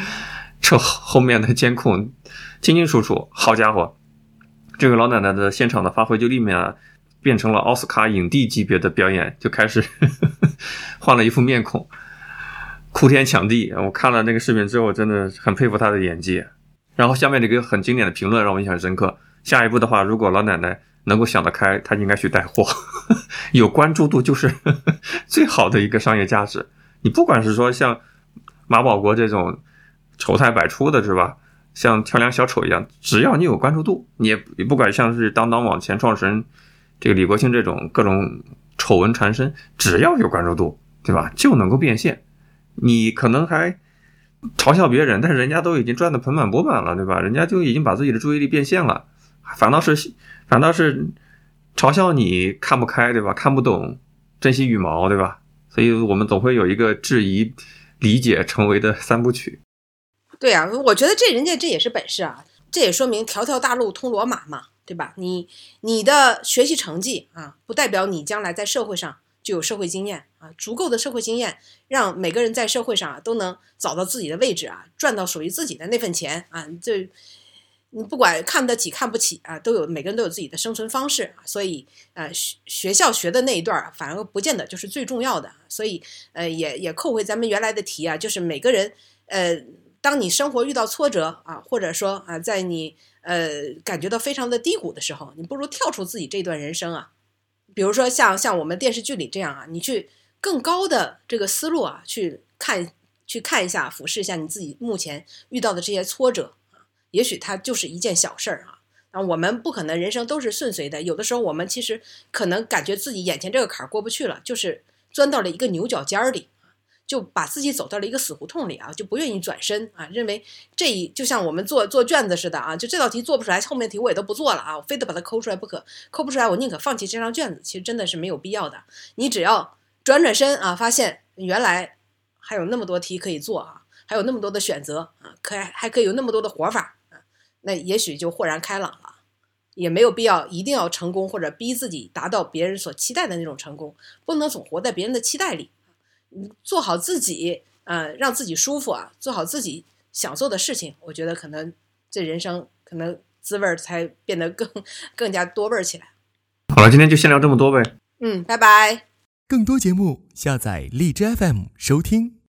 这后面的监控清清楚楚，好家伙，这个老奶奶的现场的发挥就立马变成了奥斯卡影帝级别的表演，就开始换了一副面孔，哭天抢地。我看了那个视频之后，真的很佩服她的演技。然后下面这个很经典的评论让我印象深刻，下一步的话，如果老奶奶能够想得开，她应该去带货，有关注度就是最好的一个商业价值。你不管是说像马保国这种丑态百出的是吧，像跳梁小丑一样，只要你有关注度，你也不管像是当当网前创始人这个李国庆这种各种丑闻缠身，只要有关注度，对吧，就能够变现。你可能还嘲笑别人，但是人家都已经赚得盆满钵满了，对吧？人家就已经把自己的注意力变现了，反倒是嘲笑你看不开，对吧？看不懂，珍惜羽毛，对吧？所以我们总会有一个质疑理解成为的三部曲。 对啊，我觉得人家这也是本事啊，这也说明条条大路通罗马嘛，对吧？你的学习成绩啊，不代表你将来在社会上就有社会经验啊，足够的社会经验，让每个人在社会上都能找到自己的位置啊，赚到属于自己的那份钱啊。这你不管看得起看不起啊，每个人都有自己的生存方式啊。所以学校学的那一段反而不见得就是最重要的。所以也扣回咱们原来的题啊，就是每个人当你生活遇到挫折啊，或者说啊，在你感觉到非常的低谷的时候，你不如跳出自己这段人生啊。比如说像我们电视剧里这样啊，你去更高的这个思路啊，去看一下，俯视一下你自己目前遇到的这些挫折啊，也许它就是一件小事啊。我们不可能人生都是顺遂的，有的时候我们其实可能感觉自己眼前这个坎儿过不去了，就是钻到了一个牛角尖里，就把自己走到了一个死胡同里啊，就不愿意转身啊，认为就像我们做卷子似的啊，就这道题做不出来，后面题我也都不做了啊，我非得把它抠出来不可，抠不出来我宁可放弃这张卷子，其实真的是没有必要的。你只要转身啊，发现原来还有那么多题可以做啊，还有那么多的选择啊，还可以有那么多的活法啊，那也许就豁然开朗了。也没有必要一定要成功，或者逼自己达到别人所期待的那种成功，不能总活在别人的期待里。做好自己让自己舒服啊，做好自己想做的事情，我觉得可能这人生可能滋味才变得更加多味起来。 好了，今天就先聊这么多呗。 拜拜。 更多节目下载荔枝 FM 收听。